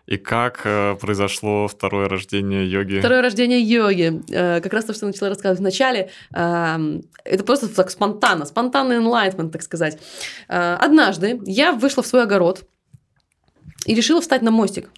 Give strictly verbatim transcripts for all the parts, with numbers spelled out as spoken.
И как э, произошло второе рождение йоги? Второе рождение йоги. Э, как раз то, что я начала рассказывать в начале, э, это просто так спонтанно, спонтанный enlightenment, так сказать. Э, однажды я вышла в свой огород и решила встать на мостик.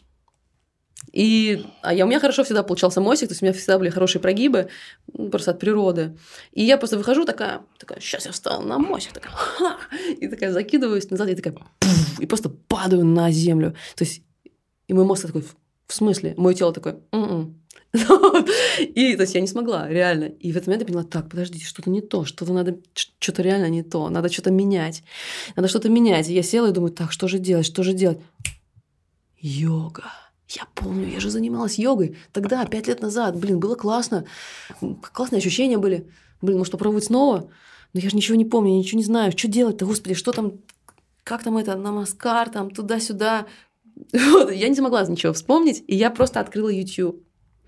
И а я, у меня хорошо всегда получался мостик, то есть у меня всегда были хорошие прогибы, просто от природы. И я просто выхожу такая, такая, сейчас я встану на мостик, такая, ха! И такая закидываюсь назад, и такая, пуф, и просто падаю на землю. То есть, и мой мозг такой, в смысле? Мое тело такое, м-м. И то есть я не смогла, реально. И в этот момент я поняла, так, подождите, что-то не то, что-то надо, что-то реально не то, надо что-то менять, надо что-то менять. И я села и думаю, так, что же делать, что же делать? Йога. Я помню, я же занималась йогой тогда, пять лет назад. Блин, было классно. Классные ощущения были. Блин, может, попробовать снова? Но я же ничего не помню, я ничего не знаю. Что делать-то, господи, что там, как там это, намаскар, там, туда-сюда. Вот, я не смогла ничего вспомнить, и я просто открыла YouTube.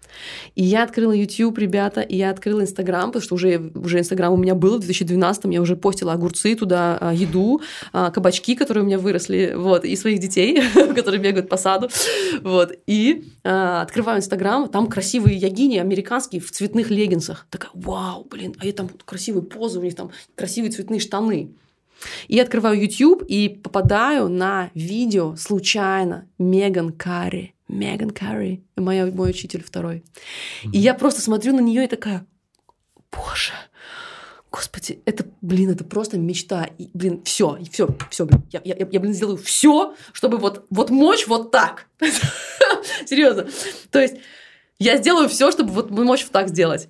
И я открыла YouTube, ребята, и я открыла Инстаграм, потому что уже, уже Инстаграм у меня был в две тысячи двенадцатом, я уже постила огурцы туда, еду, кабачки, которые у меня выросли, вот, и своих детей, которые бегают по саду, вот, и а, открываю Инстаграм, там красивые йогини американские в цветных леггинсах, такая, вау, блин, а я там красивые позы, у них там красивые цветные штаны. И я открываю YouTube и попадаю на видео случайно Меган Карри. Меган Карри, моя, мой учитель второй. Mm-hmm. И я просто смотрю на нее и такая, боже, господи, это, блин, это просто мечта. И, блин, все, все, все, блин, я, я, я, блин, сделаю все, чтобы вот, вот мочь вот так. Серьезно. То есть я сделаю все, чтобы вот мочь вот так сделать.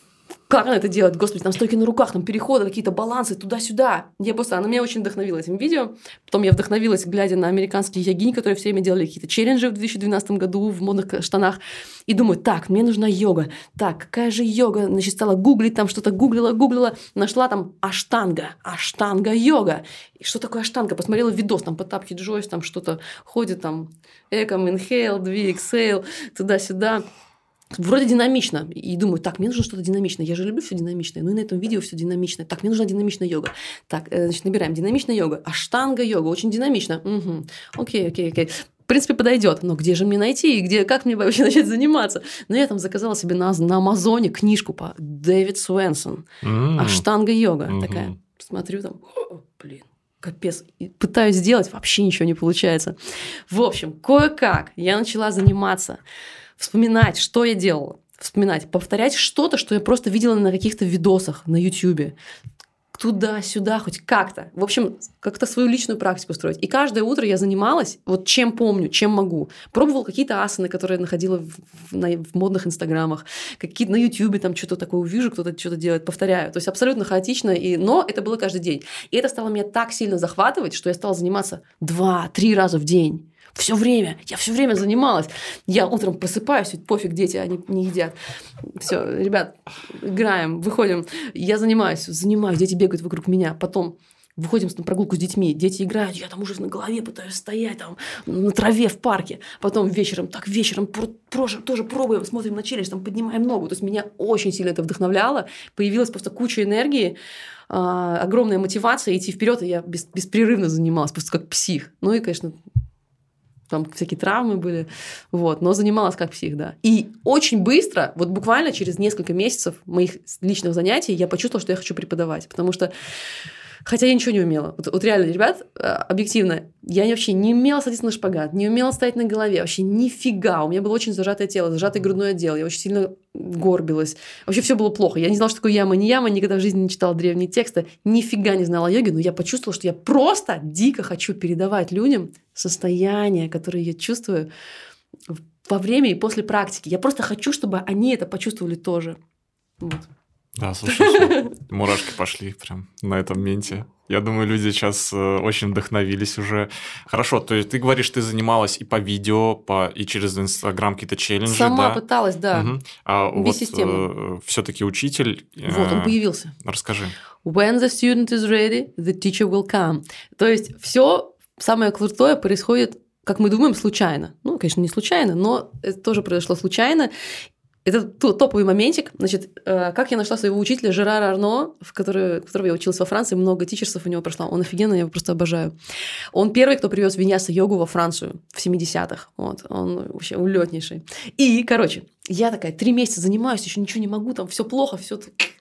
Как она это делает? Господи, там стойки на руках, там переходы, какие-то балансы туда-сюда. Я просто, она меня очень вдохновила этим видео. Потом я вдохновилась, глядя на американские йогини, которые все время делали какие-то челленджи в две тысячи двенадцатом году в модных штанах. И думаю, так, мне нужна йога. Так, какая же йога? Значит, стала гуглить, там что-то гуглила, гуглила. Нашла там аштанга, аштанга-йога. И что такое аштанга? Посмотрела видос, там по тапке Джойс, там что-то ходит, там эком, инхейл, две эксейл, туда-сюда. Вроде динамично. И думаю, так, мне нужно что-то динамичное. Я же люблю все динамичное. Ну и на этом видео все динамичное. Так, мне нужна динамичная йога. Так, значит, набираем динамичная йога. Аштанга йога. Очень динамично. Угу. Окей, окей, окей. В принципе, подойдет. Но где же мне найти? И где, как мне вообще начать заниматься? Но я там заказала себе на, на Амазоне книжку по Дэвид Свенсон. Mm-hmm. Аштанга йога. Mm-hmm. Такая. Смотрю там. О, блин. Капец. И пытаюсь сделать, вообще ничего не получается. В общем, кое-как я начала заниматься. Вспоминать, что я делала, вспоминать, повторять что-то, что я просто видела на каких-то видосах на Ютьюбе. Туда-сюда, хоть как-то. В общем, как-то свою личную практику строить. И каждое утро я занималась, вот чем помню, чем могу. Пробовала какие-то асаны, которые я находила в, в, на, в модных инстаграмах. Какие-то на Ютьюбе там что-то такое увижу, кто-то что-то делает, повторяю. То есть абсолютно хаотично, и, но это было каждый день. И это стало меня так сильно захватывать, что я стала заниматься два-три раза в день. Все время, я все время занималась. Я утром просыпаюсь, ведь пофиг, дети, они не едят. Все, ребят, играем, выходим. Я занимаюсь, занимаюсь, дети бегают вокруг меня. Потом выходим на прогулку с детьми, дети играют, я там уже на голове пытаюсь стоять, там, на траве в парке. Потом вечером, так, вечером тоже пробуем, смотрим на челлендж, там, поднимаем ногу. То есть меня очень сильно это вдохновляло. Появилась просто куча энергии, огромная мотивация идти вперед, и я беспрерывно занималась, просто как псих. Ну и, конечно, там всякие травмы были, вот, но занималась как псих, да. И очень быстро, вот буквально через несколько месяцев моих личных занятий я почувствовала, что я хочу преподавать, потому что, хотя я ничего не умела, вот, вот реально, ребят, объективно, я вообще не умела садиться на шпагат, не умела стоять на голове, вообще нифига, у меня было очень зажатое тело, зажатый грудной отдел, я очень сильно горбилась, вообще все было плохо, я не знала, что такое яма, не яма, никогда в жизни не читала древние тексты, нифига не знала йоги, но я почувствовала, что я просто дико хочу передавать людям состояние, которое я чувствую во время и после практики. Я просто хочу, чтобы они это почувствовали тоже. Вот. Да, слушай, мурашки пошли прям на этом моменте. Я думаю, люди сейчас очень вдохновились уже. Хорошо, то есть ты говоришь, ты занималась и по видео, по... и через Инстаграм какие-то челленджи, Сама да? пыталась, да. Угу. А без вот системы. Все-таки учитель... Вот, он появился. Расскажи. When the student is ready, the teacher will come. То есть все самое крутое происходит, как мы думаем, случайно. Ну, конечно, не случайно, но это тоже произошло случайно. Это топовый моментик. Значит, как я нашла своего учителя Жерара Арно, в который, которого я училась во Франции, много тичерсов у него прошло. Он офигенный, я его просто обожаю. Он первый, кто привез виньяса-йогу во Францию в семидесятых. Вот. Он вообще улетнейший. И, короче, я такая три месяца занимаюсь, еще ничего не могу, там все плохо, все.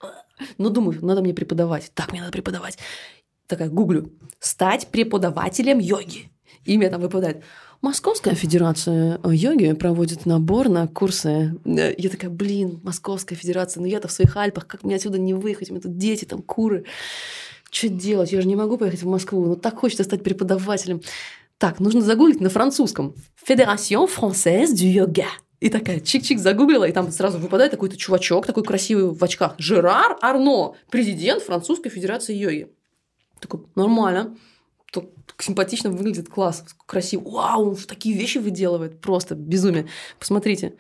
Но думаю, надо мне преподавать. Так, мне надо преподавать. Такая, гуглю. Стать преподавателем йоги. И мне там выпадает. Московская федерация йоги проводит набор на курсы. Я такая, блин, Московская федерация, ну я-то в своих Альпах, как мне отсюда не выехать? У меня тут дети, там куры. Что делать? Я же не могу поехать в Москву. Ну так хочется стать преподавателем. Так, нужно загуглить на французском. Fédération française du yoga. И такая чик-чик загуглила, и там сразу выпадает какой-то чувачок, такой красивый в очках. Жерар Арно, президент Французской федерации йоги. Такой, нормально. Симпатично выглядит, класс, красиво. Вау, он такие вещи выделывает. Просто безумие. Посмотрите.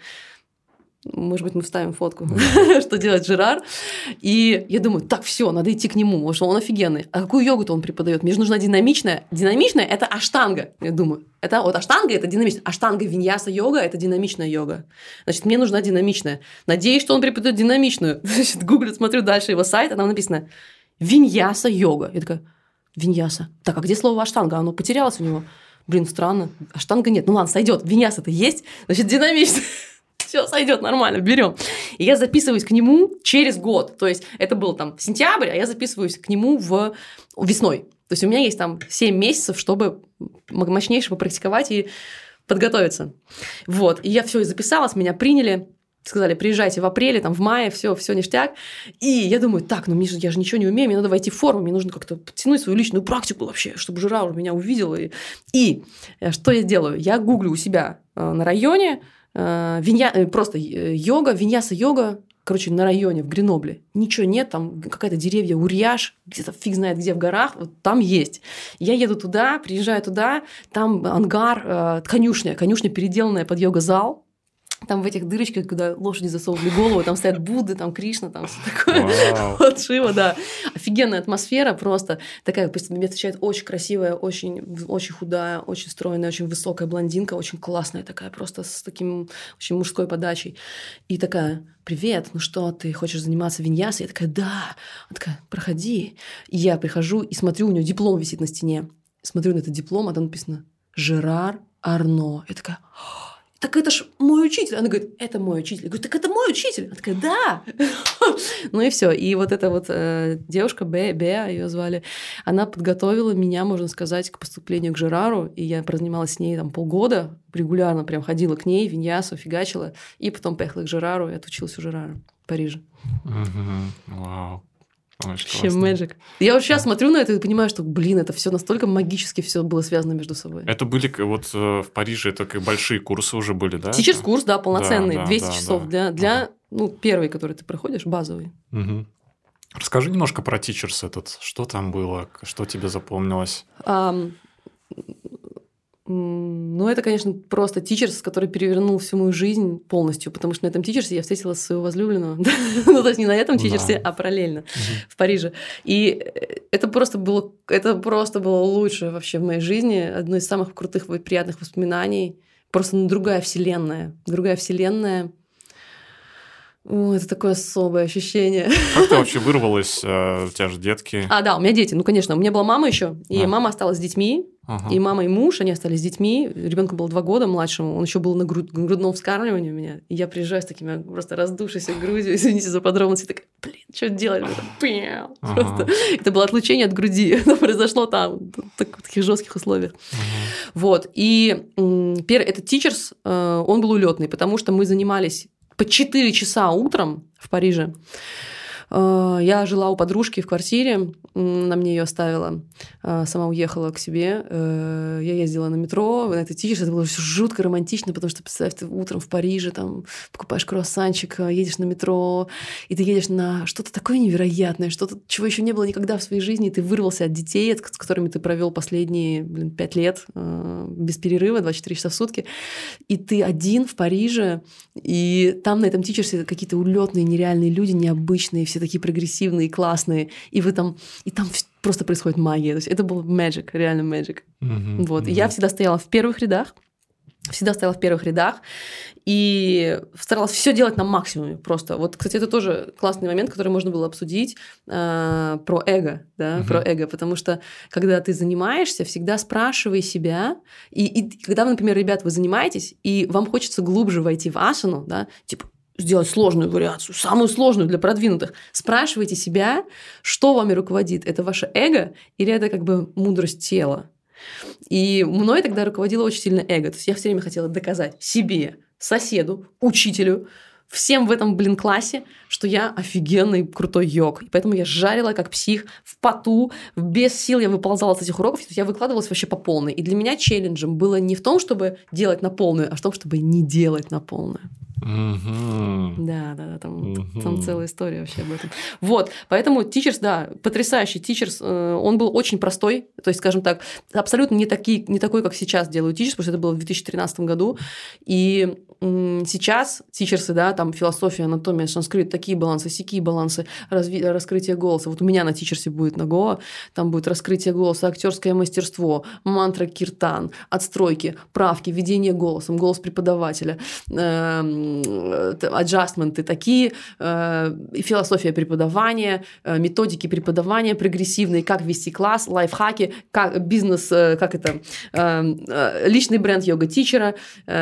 Может быть, мы вставим фотку, что делает Жерар. И я думаю, так, все, надо идти к нему, потому что он офигенный. А какую йогу-то он преподает? Мне же нужна динамичная. Динамичная – это аштанга, я думаю. Это вот аштанга – это динамичная. Аштанга, виньяса, йога – это динамичная йога. Значит, мне нужна динамичная. Надеюсь, что он преподает динамичную. Значит, гуглю, смотрю дальше его сайт, а там написано «виньяса, йога». Я такая, виньяса. Так, а где слово аштанга? Оно потерялось у него. Блин, странно. Аштанга нет. Ну ладно, сойдет. Виньяса-то есть. Значит, динамично. Все, сойдет нормально, берем. И я записываюсь к нему через год. То есть это был там сентябрь, а я записываюсь к нему в весной. То есть у меня есть там семь месяцев, чтобы мощнейше попрактиковать и подготовиться. Вот. И я все и записалась, меня приняли. Сказали, приезжайте в апреле, там, в мае, все, все ништяк. И я думаю, так, ну мне же, я же ничего не умею, мне надо войти в форму, мне нужно как-то подтянуть свою личную практику вообще, чтобы Жерар меня увидел. И, и что я делаю? Я гуглю у себя на районе винья... просто йога, виньяса-йога, короче, на районе, в Гренобле. Ничего нет, там какая-то деревья, Урьяш, где-то фиг знает где, в горах, вот там есть. Я еду туда, приезжаю туда, там ангар, конюшня, конюшня, переделанная под йога-зал. Там в этих дырочках, куда лошади засовывали голову, там стоят Будды, там Кришна, там все такое. Wow. Вот Шива, да. Офигенная атмосфера просто. Такая, меня встречает очень красивая, очень, очень худая, очень стройная, очень высокая блондинка, очень классная такая, просто с таким очень мужской подачей. И такая, привет, ну что, ты хочешь заниматься виньясой? Я такая, да. Она такая, проходи. И я прихожу и смотрю, у нее диплом висит на стене. Смотрю на этот диплом, а там написано «Жерар Арно». Я такая... Так это ж мой учитель. Она говорит, это мой учитель. Я говорю, так это мой учитель. Она такая, да. Ну и все. И вот эта вот э, девушка, Беа, Беа ее звали, она подготовила меня, можно сказать, к поступлению к Жерару. И я прозанималась с ней там полгода. Регулярно прям ходила к ней, виньясу, фигачила. И потом поехала к Жерару и отучилась у Жерара в Париже. Вау. Вообще magic. Я вот сейчас смотрю на это и понимаю, что, блин, это все настолько магически все было связано между собой. Это были вот в Париже, это как большие курсы уже были, да? Тичерс-курс, да, полноценный, да, двести да, часов да. для, для ага. ну, первый, который ты проходишь, базовый. Угу. Расскажи немножко про Тичерс этот, что там было, что тебе запомнилось? Um, Ну, это, конечно, просто тичерс, который перевернул всю мою жизнь полностью, потому что на этом тичерсе я встретила своего возлюбленного. Ну, то есть не на этом тичерсе, а параллельно в Париже. И это просто было, это просто было лучшее вообще в моей жизни, одно из самых крутых и приятных воспоминаний. Просто другая вселенная, другая вселенная. О, это такое особое ощущение. Как ты вообще вырвалась? У тебя же детки. А, да, у меня дети. Ну, конечно, у меня была мама еще, и а. мама осталась с детьми. Ага. И мама, и муж, они остались с детьми. Ребенку было два года младшему, он еще был на груд... грудном вскармливании у меня. И я приезжаю с такими просто раздувшейся грудью, извините за подробности, такая, блин, что делать? Ага. Просто... Это было отлучение от груди. Это произошло там, в таких жестких условиях. Ага. Вот. И этот тичерс, он был улетный, потому что мы занимались по четыре часа утром в Париже. Я жила у подружки в квартире, она мне ее оставила, сама уехала к себе. Я ездила на метро, на этот тичерс, это было все жутко романтично, потому что, представь, ты утром в Париже, там, покупаешь круассанчик, едешь на метро, и ты едешь на что-то такое невероятное, что-то, чего еще не было никогда в своей жизни, и ты вырвался от детей, с которыми ты провел последние, блин, пять лет без перерыва, двадцать четыре часа в сутки, и ты один в Париже, и там на этом тичерсе какие-то улетные, нереальные люди, необычные, все такие прогрессивные и классные, и вы там, и там просто происходит магия. То есть это был magic, реально magic. Mm-hmm. Вот. Mm-hmm. И я всегда стояла в первых рядах, Всегда стояла в первых рядах и старалась все делать на максимуме просто. Вот, кстати, это тоже классный момент, который можно было обсудить э, про эго, да, uh-huh. про эго, потому что когда ты занимаешься, всегда спрашивай себя, и, и когда, вы, например, ребят, вы занимаетесь, и вам хочется глубже войти в асану, да, типа сделать сложную вариацию, самую сложную для продвинутых, спрашивайте себя, что вами руководит, это ваше эго или это как бы мудрость тела. И мной тогда руководило очень сильно эго. То есть я все время хотела доказать себе, соседу, учителю, всем в этом, блин, классе, что я офигенный крутой йог. И поэтому я жарила как псих, в поту, без сил я выползала с этих уроков, то есть я выкладывалась вообще по полной. И для меня челленджем было не в том, чтобы делать на полную, а в том, чтобы не делать на полную. Uh-huh. Да, да, да, там, uh-huh. там целая история вообще об этом. Вот, поэтому Teachers, да, потрясающий Teachers, он был очень простой, то есть, скажем так, абсолютно не, такие, не такой, как сейчас делают Teachers, потому что это было в две тысячи тринадцатом году, и м- сейчас Teachers, да, там философия, анатомия, санскрит, такие балансы, сякие балансы, разви- раскрытие голоса. Вот у меня на Teachers будет на Гоа, там будет раскрытие голоса, актерское мастерство, мантра киртан, отстройки, правки, ведение голосом, голос преподавателя, аджастменты такие, э, философия преподавания, э, методики преподавания прогрессивные, как вести класс, лайфхаки, как бизнес, э, как это, э, личный бренд йога-тичера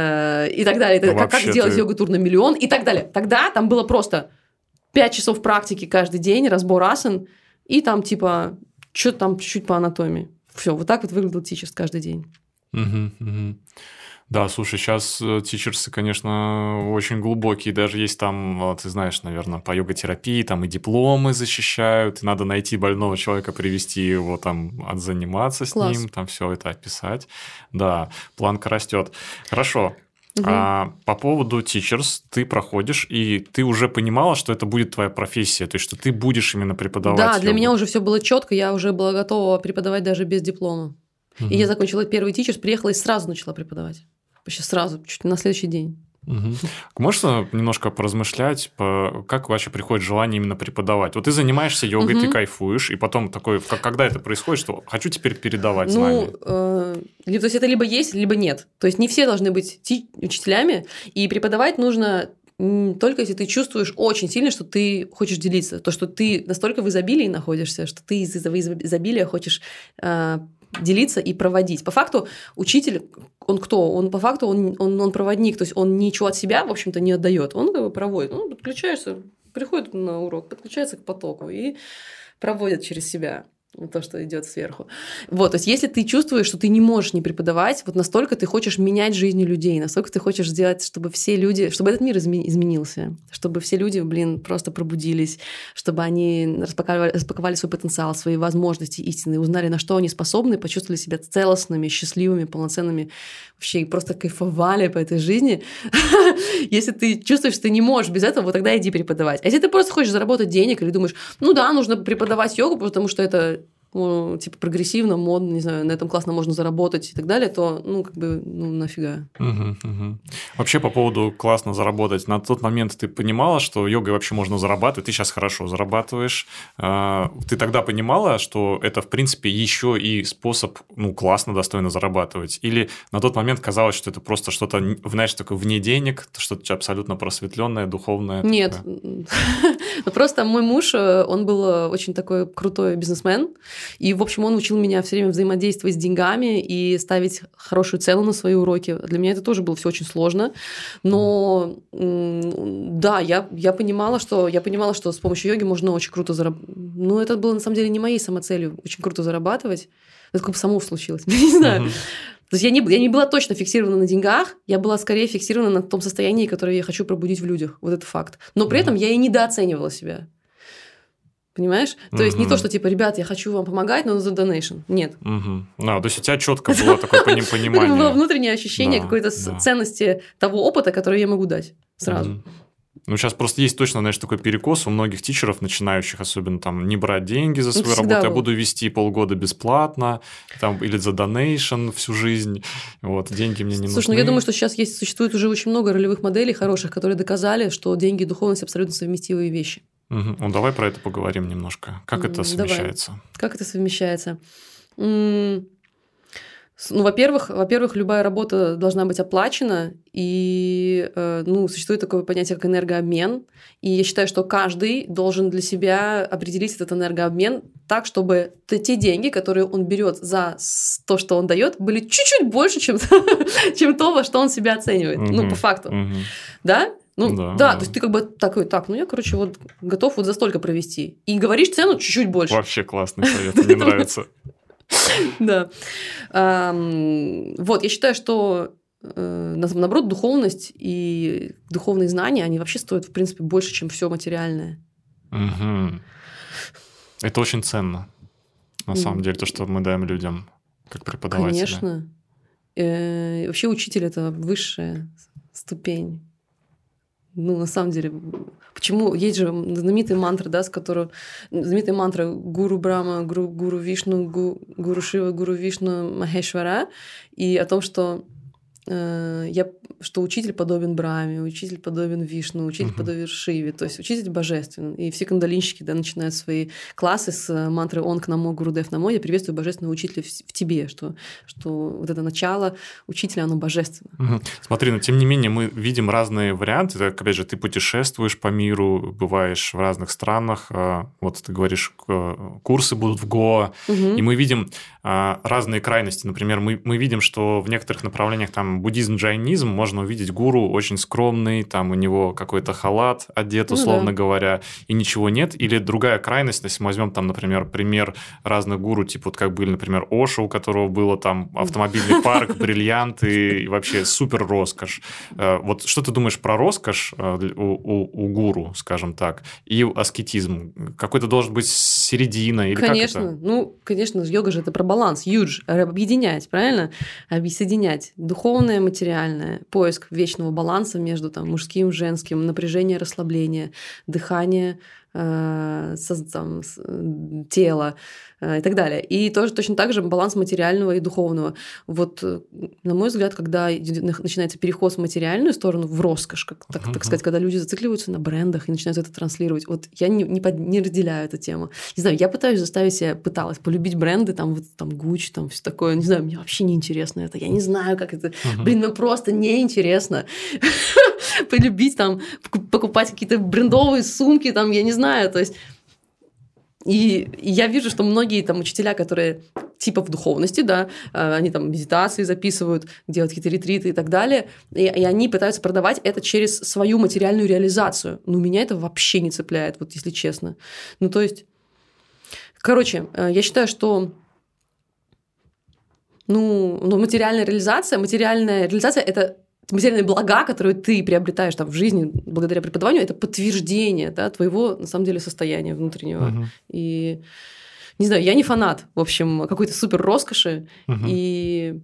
э, и так далее, как, как сделать ты... йога-тур на миллион и так далее. Тогда там было просто пять часов практики каждый день, разбор асан, и там типа что-то там чуть-чуть по анатомии. Все, вот так вот выглядел Teachers каждый день. Угу, угу. Да, слушай, сейчас тичерсы, конечно, очень глубокие. Даже есть там, ты знаешь, наверное, по йога-терапии там и дипломы защищают. И надо найти больного человека, привести его там, отзаниматься с Класс. Ним, там все это описать. Да, планка растет. Хорошо. Угу. А по поводу Teachers ты проходишь, и ты уже понимала, что это будет твоя профессия, то есть, что ты будешь именно преподавать Да, йогу. Для меня уже все было четко, я уже была готова преподавать даже без диплома. Угу. И я закончила первый Teachers, приехала и сразу начала преподавать. Вообще сразу, чуть на следующий день. Угу. Можешь немножко поразмышлять, по, как вообще приходит желание именно преподавать? Вот ты занимаешься йогой, угу. ты кайфуешь, и потом такой, как, когда это происходит, что хочу теперь передавать знания? Ну, э, то есть это либо есть, либо нет. То есть не все должны быть ти- учителями, и преподавать нужно только если ты чувствуешь очень сильно, что ты хочешь делиться, то, что ты настолько в изобилии находишься, что ты из этого изобилия хочешь э, делиться и проводить. По факту учитель, он кто? Он по факту он, он, он проводник, то есть он ничего от себя, в общем-то, не отдает, он как бы проводит. Он подключается, приходит на урок, подключается к потоку и проводит через себя то, что идет сверху. Вот, то есть, если ты чувствуешь, что ты не можешь не преподавать, вот настолько ты хочешь менять жизни людей, настолько ты хочешь сделать, чтобы все люди, чтобы этот мир изменился, чтобы все люди, блин, просто пробудились, чтобы они распаковали, распаковали свой потенциал, свои возможности истинные, узнали, на что они способны, почувствовали себя целостными, счастливыми, полноценными, вообще просто кайфовали по этой жизни. Если ты чувствуешь, что ты не можешь без этого, вот тогда иди преподавать. А если ты просто хочешь заработать денег или думаешь, ну да, нужно преподавать йогу, потому что это ну, типа прогрессивно, модно, не знаю, на этом классно можно заработать и так далее, то, ну, как бы, ну, нафига. Угу, угу. Вообще, по поводу классно заработать, на тот момент ты понимала, что йогой вообще можно зарабатывать, ты сейчас хорошо зарабатываешь, ты тогда понимала, что это, в принципе, еще и способ, ну, классно, достойно зарабатывать, или на тот момент казалось, что это просто что-то, знаешь, такое вне денег, что-то абсолютно просветленное, духовное? Нет, просто мой муж, он был очень такой крутой бизнесмен, и, в общем, он учил меня все время взаимодействовать с деньгами и ставить хорошую цену на свои уроки. Для меня это тоже было все очень сложно. Но да, я, я, понимала, что, я понимала, что с помощью йоги можно очень круто зарабатывать. Но это было, на самом деле, не моей самоцелью. Очень круто зарабатывать. Это как бы само случилось. Не знаю. То есть я не, я не была точно фиксирована на деньгах, я была скорее фиксирована на том состоянии, которое я хочу пробудить в людях. Вот это факт. Но при этом я и недооценивала себя. Понимаешь? То есть, uh-huh. не то, что типа, ребят, я хочу вам помогать, но за donation. Нет. Uh-huh. No, то есть, у тебя четко было такое понимание. Это было внутреннее ощущение какой-то ценности того опыта, который я могу дать сразу. Ну, сейчас просто есть точно, знаешь, такой перекос у многих тичеров, начинающих, особенно там, не брать деньги за свою работу, я буду вести полгода бесплатно, там, или за донейшн всю жизнь, вот, деньги мне не нужны. Слушай, ну я думаю, что сейчас есть, существует уже очень много ролевых моделей хороших, которые доказали, что деньги и духовность абсолютно совместимые вещи. Угу. Ну, давай про это поговорим немножко. Как это совмещается? Давай. Как это совмещается? М- Ну, во-первых, во-первых, любая работа должна быть оплачена, и э, ну, существует такое понятие, как энергообмен, и я считаю, что каждый должен для себя определить этот энергообмен так, чтобы те деньги, которые он берет за то, что он дает, были чуть-чуть больше, чем, чем то, во что он себя оценивает, mm-hmm. ну, по факту, mm-hmm. да? Ну, да, да, то есть ты как бы такой, так, ну я, короче, вот готов вот за столько провести, и говоришь цену чуть-чуть больше. Вообще классный совет, мне нравится. Да. Вот, я считаю, что, наоборот, духовность и духовные знания, они вообще стоят, в принципе, больше, чем все материальное. Угу. Это очень ценно, на самом деле, то, что мы даем людям, как преподаватели. Конечно. Вообще учитель – это высшая ступень. Ну, на самом деле, почему? Есть же знаменитые мантры, да, с которой... Знаменитая мантра Гуру Брахма, Гуру, Гуру Вишну, Гу, Гуру Шива, Гуру Вишну, Махешвара, и о том, что, э, я, что учитель подобен Брахме, учитель подобен Вишну, учитель uh-huh. подобен Шиве, то есть учитель божественен. И все кандалинщики, да, начинают свои классы с мантры «Онг Намо, Гурудев Намо», я приветствую божественного учителя в, в тебе, что, что вот это начало учителя, оно божественно. Uh-huh. Смотри, но тем не менее мы видим разные варианты. Так, опять же, ты путешествуешь по миру, бываешь в разных странах, вот ты говоришь, курсы будут в Гоа, uh-huh. и мы видим разные крайности. Например, мы, мы видим, что в некоторых направлениях, там, буддизм, джайнизм, можно увидеть гуру очень скромный, там у него какой-то халат одет, условно ну, да. говоря, и ничего нет. Или другая крайность, если мы возьмем, там, например, пример разных гуру, типа вот как были, например, Ошо, у которого было там автомобильный парк, бриллианты и вообще супер роскошь. Вот что ты думаешь про роскошь у, у, у гуру, скажем так, и аскетизм? Какой-то должен быть середина? Или конечно. Как это? Ну, конечно, йога же это про баланс, юдж, объединять, правильно? Объединять духовное, материальное, поиск вечного баланса между там, мужским, женским, напряжение, расслабление, дыхание, э, там, тело э, и так далее. И тоже точно так же баланс материального и духовного. Вот, на мой взгляд, когда начинается переход в материальную сторону, в роскошь, как, так, uh-huh. так сказать, когда люди зацикливаются на брендах и начинают это транслировать, вот я не, не, под, не разделяю эту тему. Не знаю, я пытаюсь заставить себя, пыталась полюбить бренды, там, вот, там, Gucci, там, все такое, не знаю, мне вообще не интересно это, я не знаю, как это, uh-huh. блин, мне просто неинтересно полюбить, там, покупать какие-то брендовые сумки, там, я не знаю, то есть... И, и я вижу, что многие там учителя, которые типа в духовности, да, они там медитации записывают, делают какие-то ретриты и так далее, и, и они пытаются продавать это через свою материальную реализацию. Но меня это вообще не цепляет, вот если честно. Ну, то есть, короче, я считаю, что ну, ну материальная реализация, материальная реализация – это материальные блага, которые ты приобретаешь там в жизни благодаря преподаванию, это подтверждение, да, твоего, на самом деле, состояния внутреннего. Uh-huh. И, не знаю, я не фанат, в общем, какой-то супер роскоши. Uh-huh. И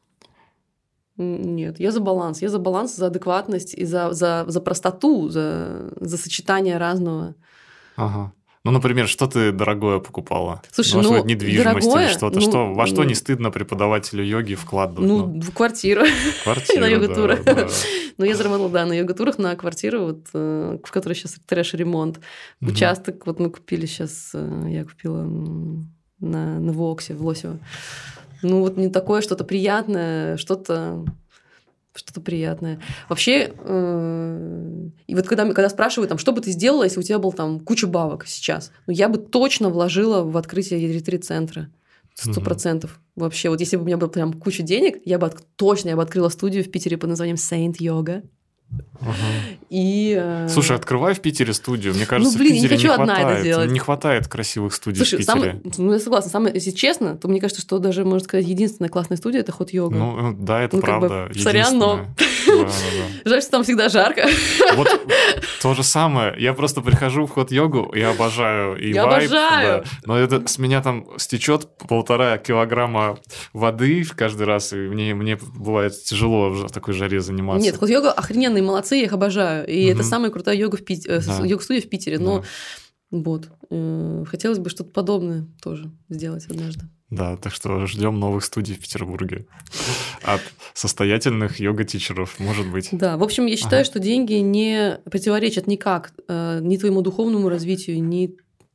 нет, я за баланс. Я за баланс, за адекватность и за, за, за простоту, за, за сочетание разного. Ага. Ну, например, что ты дорогое покупала? Слушай, ну, недвижимость дорогое, или что-то? Ну, что, во что ну, не стыдно преподавателю йоги вкладывать? Ну, ну? в квартиру. Квартиру, на йога-турах. Да, да. Ну, я заработала, да, на йога-турах, на квартиру, вот, в которой сейчас трэш-ремонт. Угу. Участок вот мы купили сейчас, я купила на, на Воксе, в Лосево. Ну, вот не такое что-то приятное, что-то... Что-то приятное. Вообще, э- и вот когда, когда спрашивают, там, что бы ты сделала, если у тебя был там куча бабок сейчас, ну, я бы точно вложила в открытие ретрит-центра. Сто процентов. Mm-hmm. Вообще, вот если бы у меня было прям куча денег, я бы от- точно я бы открыла студию в Питере под названием Saint Yoga. Uh-huh. И, э... Слушай, открывай в Питере студию. Мне кажется, ну, блин, в Питере не, хочу не одна хватает. Это делать. Не хватает красивых студий. Слушай, в Питере. Сам, ну, я согласна. Самое, если честно, то мне кажется, что даже, можно сказать, единственная классная студия – это хот-йога. Ну, да, это ну, правда. Как бы, сорян, но... Да, да, да. Жаль, что там всегда жарко. Вот то же самое. Я просто прихожу в хот-йогу, я обожаю и я вайб. Обожаю. Да. Но это с меня там стечет полтора килограмма воды каждый раз, и мне, мне бывает тяжело в такой жаре заниматься. Нет, хот-йога охрененные, молодцы, я их обожаю. И угу. это самая крутая йога в Пит... да. йога-студия в Питере. Но да. вот, э, хотелось бы что-то подобное тоже сделать однажды. Да, так что ждем новых студий в Петербурге от состоятельных йога-тичеров, может быть. Да, в общем, я считаю, ага. что деньги не противоречат никак э, ни твоему духовному развитию, ни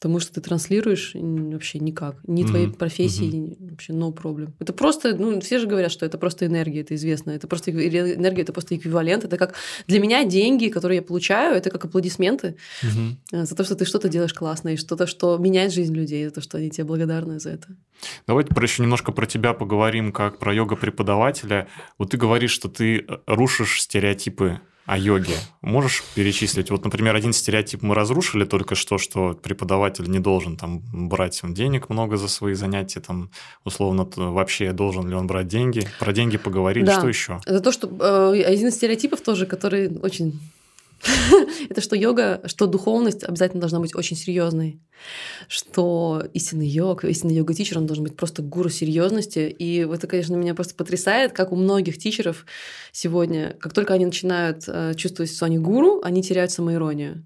тому, что ты транслируешь, вообще никак. Ни mm-hmm. твоей профессии, mm-hmm. вообще no problem. Это просто, ну, все же говорят, что это просто энергия, это известно. Это просто энергия, это просто эквивалент. Это как для меня деньги, которые я получаю, это как аплодисменты mm-hmm. за то, что ты что-то делаешь классное, и что-то, что меняет жизнь людей, за то, что они тебе благодарны за это. Давайте еще немножко про тебя поговорим, как про йога-преподавателя. Вот ты говоришь, что ты рушишь стереотипы о йоге. Можешь перечислить? Вот, например, один стереотип мы разрушили только что, что преподаватель не должен там брать денег много за свои занятия, там, условно, вообще должен ли он брать деньги. Про деньги поговорили. Да. Что еще? Это то, что э, один из стереотипов тоже, который очень... Это что йога, что духовность обязательно должна быть очень серьезной, что истинный йог, истинный йога-тичер, он должен быть просто гуру серьезности. И это, конечно, меня просто потрясает, как у многих тичеров сегодня, как только они начинают чувствовать, что они гуру, они теряют самоиронию.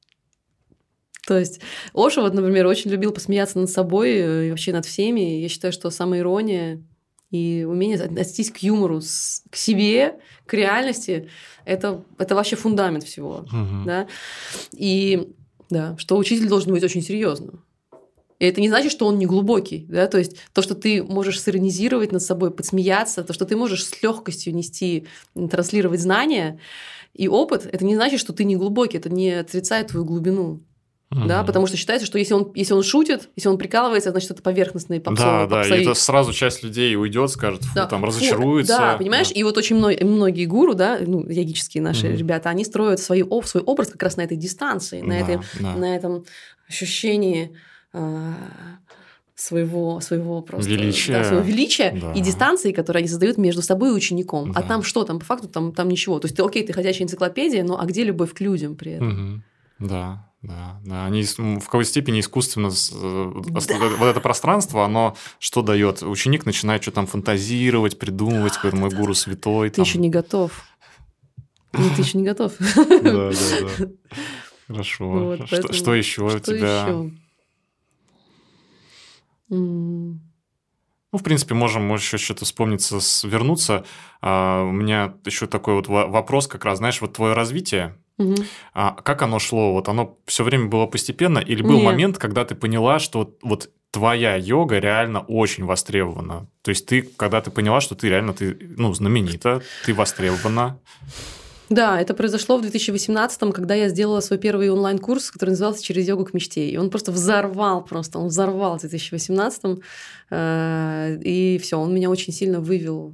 То есть Оша, вот, например, очень любил посмеяться над собой и вообще над всеми. Я считаю, что самоирония и умение отнестись к юмору, к себе, к реальности, это, это вообще фундамент всего. Uh-huh. Да? И да, что учитель должен быть очень серьезным. И это не значит, что он не глубокий. Да? То есть то, что ты можешь сиронизировать над собой, подсмеяться, то, что ты можешь с легкостью нести, транслировать знания и опыт, это не значит, что ты не глубокий, это не отрицает твою глубину. Mm-hmm. Да, потому что считается, что если он, если он шутит, если он прикалывается, значит, это поверхностные попсовые. Да, да, и это сразу часть людей уйдет, скажет, фу, да. там разочаруется. Фу, да, понимаешь, да. И вот очень многие, многие гуру, да, ну, йогические наши mm-hmm. ребята, они строят свои, свой образ как раз на этой дистанции, на, да, этой, да. на этом ощущении э, своего, своего просто... Величия. Да, своего величия да. и дистанции, которые они создают между собой и учеником. Да. А там что? Там по факту там, там ничего. То есть, ты, окей, ты ходячая энциклопедия, но а где любовь к людям при этом? Mm-hmm. Да. Да, да, они в какой-то степени искусственно да. вот это пространство, оно что дает? Ученик начинает что-то там фантазировать, придумывать, да, какой-то мой да, гуру святой. Ты там. еще не готов. Ты еще не готов. Да, да, да. Хорошо. Что еще у тебя? Ну, в принципе, можем еще что-то вспомниться, вернуться. У меня еще такой вот вопрос как раз, знаешь, вот твое развитие. Угу. А как оно шло? Вот оно все время было постепенно? Или был Нет. момент, когда ты поняла, что вот твоя йога реально очень востребована? То есть ты, когда ты поняла, что ты реально ты, ну, знаменита, ты востребована? Да, это произошло в две тысячи восемнадцатом, когда я сделала свой первый онлайн-курс, который назывался «Через йогу к мечте». И он просто взорвал, просто он взорвал в две тысячи восемнадцатом. И все, он меня очень сильно вывел.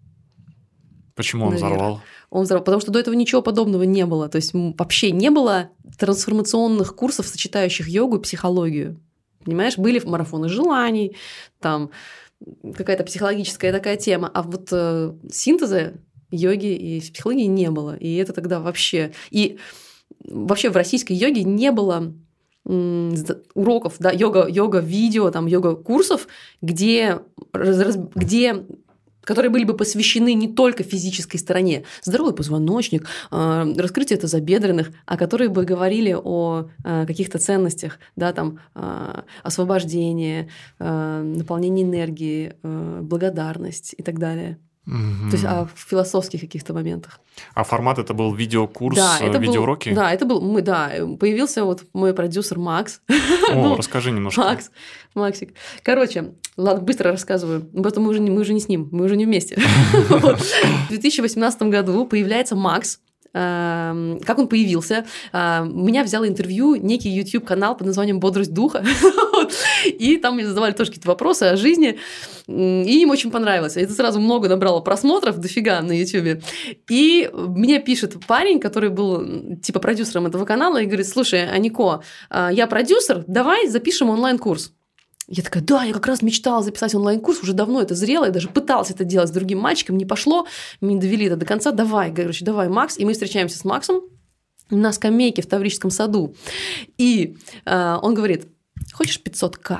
Почему он наверх. взорвал? Он взорвал, потому что до этого ничего подобного не было. То есть вообще не было трансформационных курсов, сочетающих йогу и психологию. Понимаешь, были марафоны желаний, там какая-то психологическая такая тема, а вот э, синтеза йоги и психологии не было. И это тогда вообще... И вообще в российской йоге не было м, уроков, да, йога, йога-видео, там, йога-курсов, где, раз, где которые были бы посвящены не только физической стороне, здоровый позвоночник, раскрытие тазобедренных, а которые бы говорили о каких-то ценностях, да, там, освобождение, наполнение энергии, благодарность и так далее. Mm-hmm. То есть о философских каких-то моментах. А формат это был видеокурс, да, это видеоуроки? Был, да, это был, мы, да, появился вот мой продюсер Макс. О, ну, расскажи немножко. Макс, Максик. Короче, ладно, быстро рассказываю, потому что мы уже, мы уже не с ним, мы уже не вместе. В две тысячи восемнадцатом году появляется Макс. Как он появился? Меня взял интервью некий YouTube-канал под названием «Бодрость духа». И там мне задавали тоже какие-то вопросы о жизни. И им очень понравилось. Это сразу много набрало просмотров, дофига на YouTube. И мне пишет парень, который был типа продюсером этого канала, и говорит: слушай, Анико, я продюсер, давай запишем онлайн-курс. Я такая: да, я как раз мечтала записать онлайн-курс, уже давно это зрело, я даже пыталась это делать с другим мальчиком, не пошло, мы не довели это до конца, давай, короче, давай, Макс. И мы встречаемся с Максом на скамейке в Таврическом саду. И э, он говорит: хочешь пятьсот тысяч?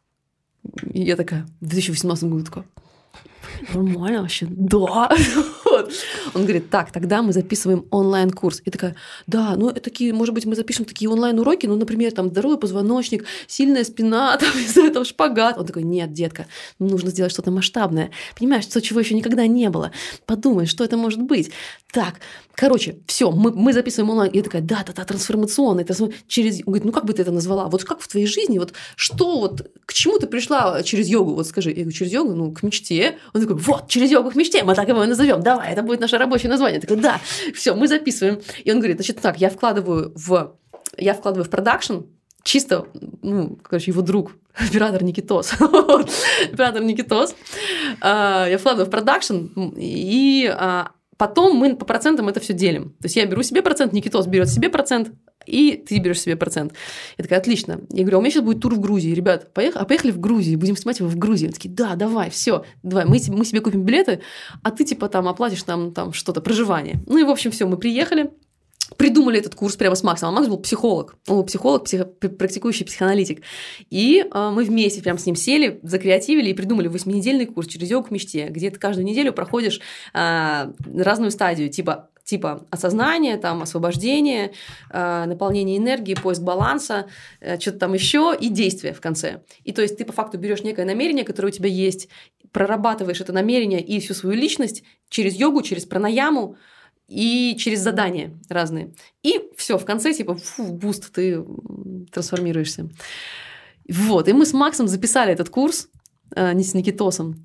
И я такая в две тысячи восемнадцатом году такая: нормально вообще, да. Он говорит, так, тогда мы записываем онлайн-курс. И такая, да, ну, такие, может быть, мы запишем такие онлайн-уроки, ну, например, там, здоровый позвоночник, сильная спина, там, из-за этого шпагат. Он такой, нет, детка, нужно сделать что-то масштабное. Понимаешь, что, чего еще никогда не было. Подумай, что это может быть. Так, короче, все, мы, мы записываем онлайн. И я такая, да, да, да, трансформационный. Трансформ... Через... Он говорит, ну, как бы ты это назвала? Вот как в твоей жизни, вот что вот, к чему ты пришла через йогу? Вот скажи. Я говорю, через йогу? Ну, к мечте. Он такой, вот, через йогу к мечте, мы так его и назовем. Давай, это будет наше рабочее название. Я такая, да, все, мы записываем. И он говорит, значит, так, я вкладываю в, я вкладываю в продакшн, чисто, ну, короче, его друг, оператор Никитос. Оператор Никитос. Я вкладываю в продакшн, и потом мы по процентам это все делим. То есть я беру себе процент, Никитос берет себе процент, и ты берешь себе процент. Я такая, отлично. Я говорю, а у меня сейчас будет тур в Грузии. Ребят, поехали, а поехали в Грузию, будем снимать его в Грузии. Они такие, да, давай, все, давай, мы, мы себе купим билеты, а ты типа там оплатишь там, там что-то, проживание. Ну и в общем все, мы приехали. Придумали этот курс прямо с Максом. А Макс был психолог. Он был психолог, психо, практикующий психоаналитик. И э, мы вместе прям с ним сели, закреативили и придумали восьминедельный курс «Через йогу к мечте», где ты каждую неделю проходишь э, разную стадию, типа, типа осознание, там, освобождение, э, наполнение энергии, поиск баланса, э, что-то там еще и действие в конце. И то есть ты по факту берешь некое намерение, которое у тебя есть, прорабатываешь это намерение и всю свою личность через йогу, через пранаяму, и через задания разные. И все, в конце типа фу, буст, ты трансформируешься. Вот. И мы с Максом записали этот курс, э, не с Никитосом.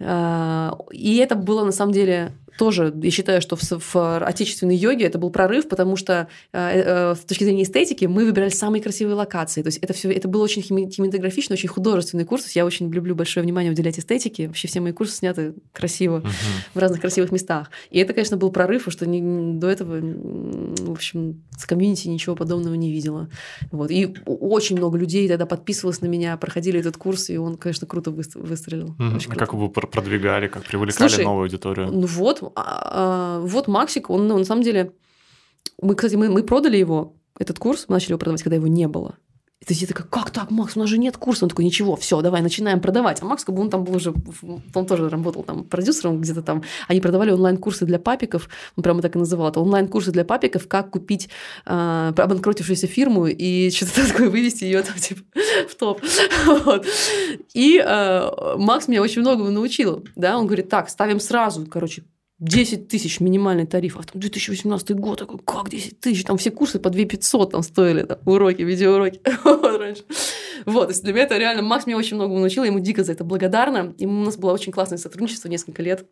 Э, и это было на самом деле тоже, я считаю, что в, в отечественной йоге это был прорыв, потому что э, э, с точки зрения эстетики мы выбирали самые красивые локации. То есть это, все, это был очень кинематографичный, очень художественный курс. То есть я очень люблю большое внимание уделять эстетике. Вообще все мои курсы сняты красиво, uh-huh. в разных красивых местах. И это, конечно, был прорыв, потому что не, до этого, в общем, с комьюнити ничего подобного не видела. Вот. И очень много людей тогда подписывалось на меня, проходили этот курс, и он, конечно, круто выстрелил. Uh-huh. Очень круто. Как вы продвигали, как привлекали Слушай, новую аудиторию? Ну вот, вот Максик, он, ну, на самом деле, мы, кстати, мы, мы продали его, этот курс, мы начали его продавать, когда его не было. И то есть я такая, как так, Макс, у нас же нет курса. Он такой, ничего, все, давай, начинаем продавать. А Макс, как бы он там был уже, он тоже работал там продюсером где-то там. Они продавали онлайн-курсы для папиков, он прямо так и называл это, онлайн-курсы для папиков, как купить э, обанкротившуюся фирму и что-то такое вывести ее там типа в топ. Вот. И э, Макс меня очень многому научил. Да? Он говорит, так, ставим сразу, короче, десять тысяч минимальный тариф, а там две тысячи восемнадцатый год, такой, как десять тысяч, там все курсы по две тысячи пятьсот там стоили, там, уроки, видеоуроки, вот, раньше. Вот, то есть для меня это реально, Макс меня очень многому научил, я ему дико за это благодарна, и у нас было очень классное сотрудничество несколько лет,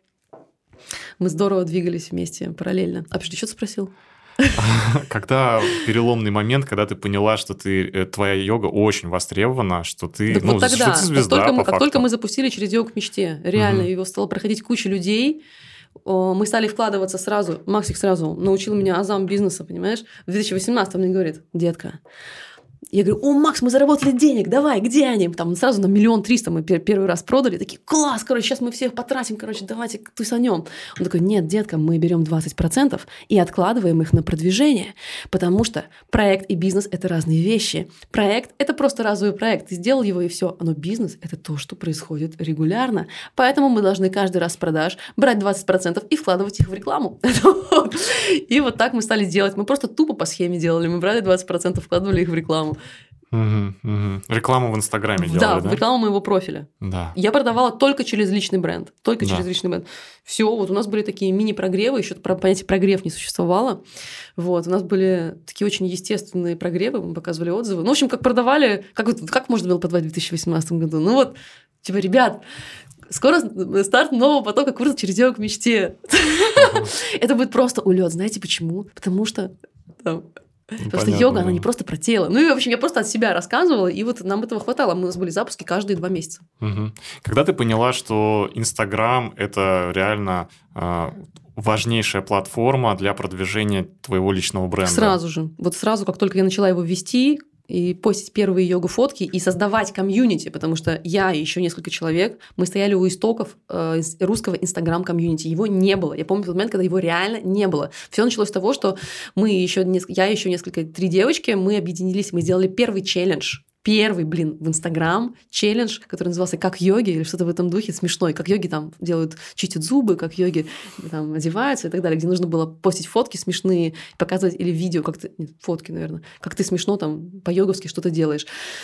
мы здорово двигались вместе параллельно. А что ты что-то спросил? Когда переломный момент, когда ты поняла, что ты, твоя йога очень востребована, что ты, так ну, вот тогда, что ты звезда, как только, по мы, факту. как только мы запустили «Через йогу к мечте», реально, угу. его стало проходить куча людей, мы стали вкладываться сразу, Максик сразу научил меня азам бизнеса, понимаешь? В две тысячи восемнадцатом мне говорит, детка, я говорю, о, Макс, мы заработали денег, давай, где они? Там сразу на миллион триста мы первый раз продали, такие, класс, короче, сейчас мы всех потратим, короче, давайте тусанем. Он такой, нет, детка, мы берем двадцать процентов и откладываем их на продвижение, потому что проект и бизнес – это разные вещи. Проект – это просто разовый проект, ты сделал его и все, но бизнес – это то, что происходит регулярно, поэтому мы должны каждый раз с продаж брать двадцать процентов и вкладывать их в рекламу. И вот так мы стали делать, мы просто тупо по схеме делали, мы брали двадцать процентов, вкладывали их в рекламу. Угу, угу. Рекламу в Инстаграме да, делали, да? рекламу моего профиля. Да. Я продавала только через личный бренд. Только да. через личный бренд. Все, вот у нас были такие мини-прогревы, еще понятие прогрев не существовало. Вот, у нас были такие очень естественные прогревы, мы показывали отзывы. Ну, в общем, как продавали, как, как можно было продавать в две тысячи восемнадцатом году? Ну вот, типа, ребят, скоро старт нового потока курса «Через йогу к мечте». Это будет просто улет. Знаете почему? Потому что там... Просто Понятно, йога, да. она не просто про тело. Ну и, в общем, я просто от себя рассказывала, и вот нам этого хватало. У нас были запуски каждые два месяца. Угу. Когда ты поняла, что Инстаграм – это реально э, важнейшая платформа для продвижения твоего личного бренда? Сразу же. Вот сразу, как только я начала его вести, и постить первые йога-фотки, и создавать комьюнити, потому что я и еще несколько человек, мы стояли у истоков э, русского инстаграм-комьюнити. Его не было. Я помню тот момент, когда его реально не было. Все началось с того, что мы еще, я еще несколько, три девочки, мы объединились, мы сделали первый челлендж. первый, блин, в Инстаграм челлендж, который назывался «Как йоги» или что-то в этом духе, смешной. Как йоги там делают, чистят зубы, как йоги там одеваются и так далее, где нужно было постить фотки смешные, показывать или видео, как ты... Нет, фотки, наверное. Как ты смешно там по-йоговски что-то делаешь.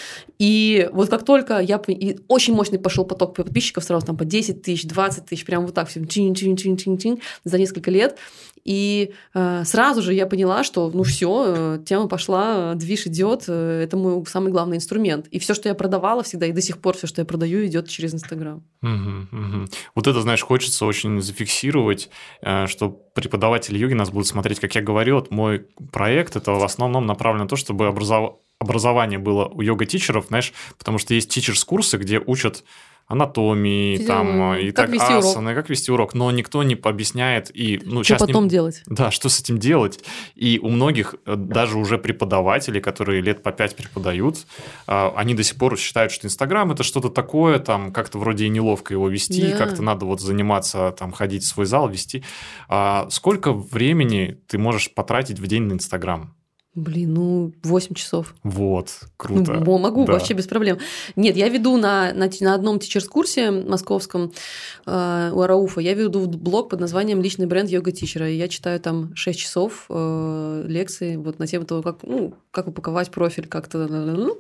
И вот как только я... И очень мощный пошел поток подписчиков сразу там по десять тысяч, двадцать тысяч, прям вот так все чин-чин-чин-чин-чин за несколько лет. И э, сразу же я поняла, что ну все, э, тема пошла, движ идет, э, это мой самый главный инструмент. И все, что я продавала всегда, и до сих пор все, что я продаю, идет через Инстаграм. Угу, угу. Вот это, знаешь, хочется очень зафиксировать, э, что преподаватели йоги нас будут смотреть, как я говорил, вот мой проект, это в основном направлено на то, чтобы образов... образование было у йога-тичеров, знаешь, потому что есть тичерс-курсы, где учат анатомии, Физио... там, и как так вести асаны, урок. Как вести урок, но никто не объясняет. И, ну, что потом не... делать? Да, что с этим делать. И у многих, даже уже преподавателей, которые лет по пять преподают, они до сих пор считают, что Инстаграм – это что-то такое, там, как-то вроде и неловко его вести, да. как-то надо вот заниматься, там, ходить в свой зал, вести. А сколько времени ты можешь потратить в день на Инстаграм? Блин, ну, восемь часов. Вот, круто. Ну, могу, да. вообще без проблем. Нет, я веду на, на, на одном тичерс-курсе московском э, у Арауфа, я веду блог под названием «Личный бренд йога-тичера». И я читаю там шесть часов э, лекций вот на тему того, как, ну, как упаковать профиль как-то.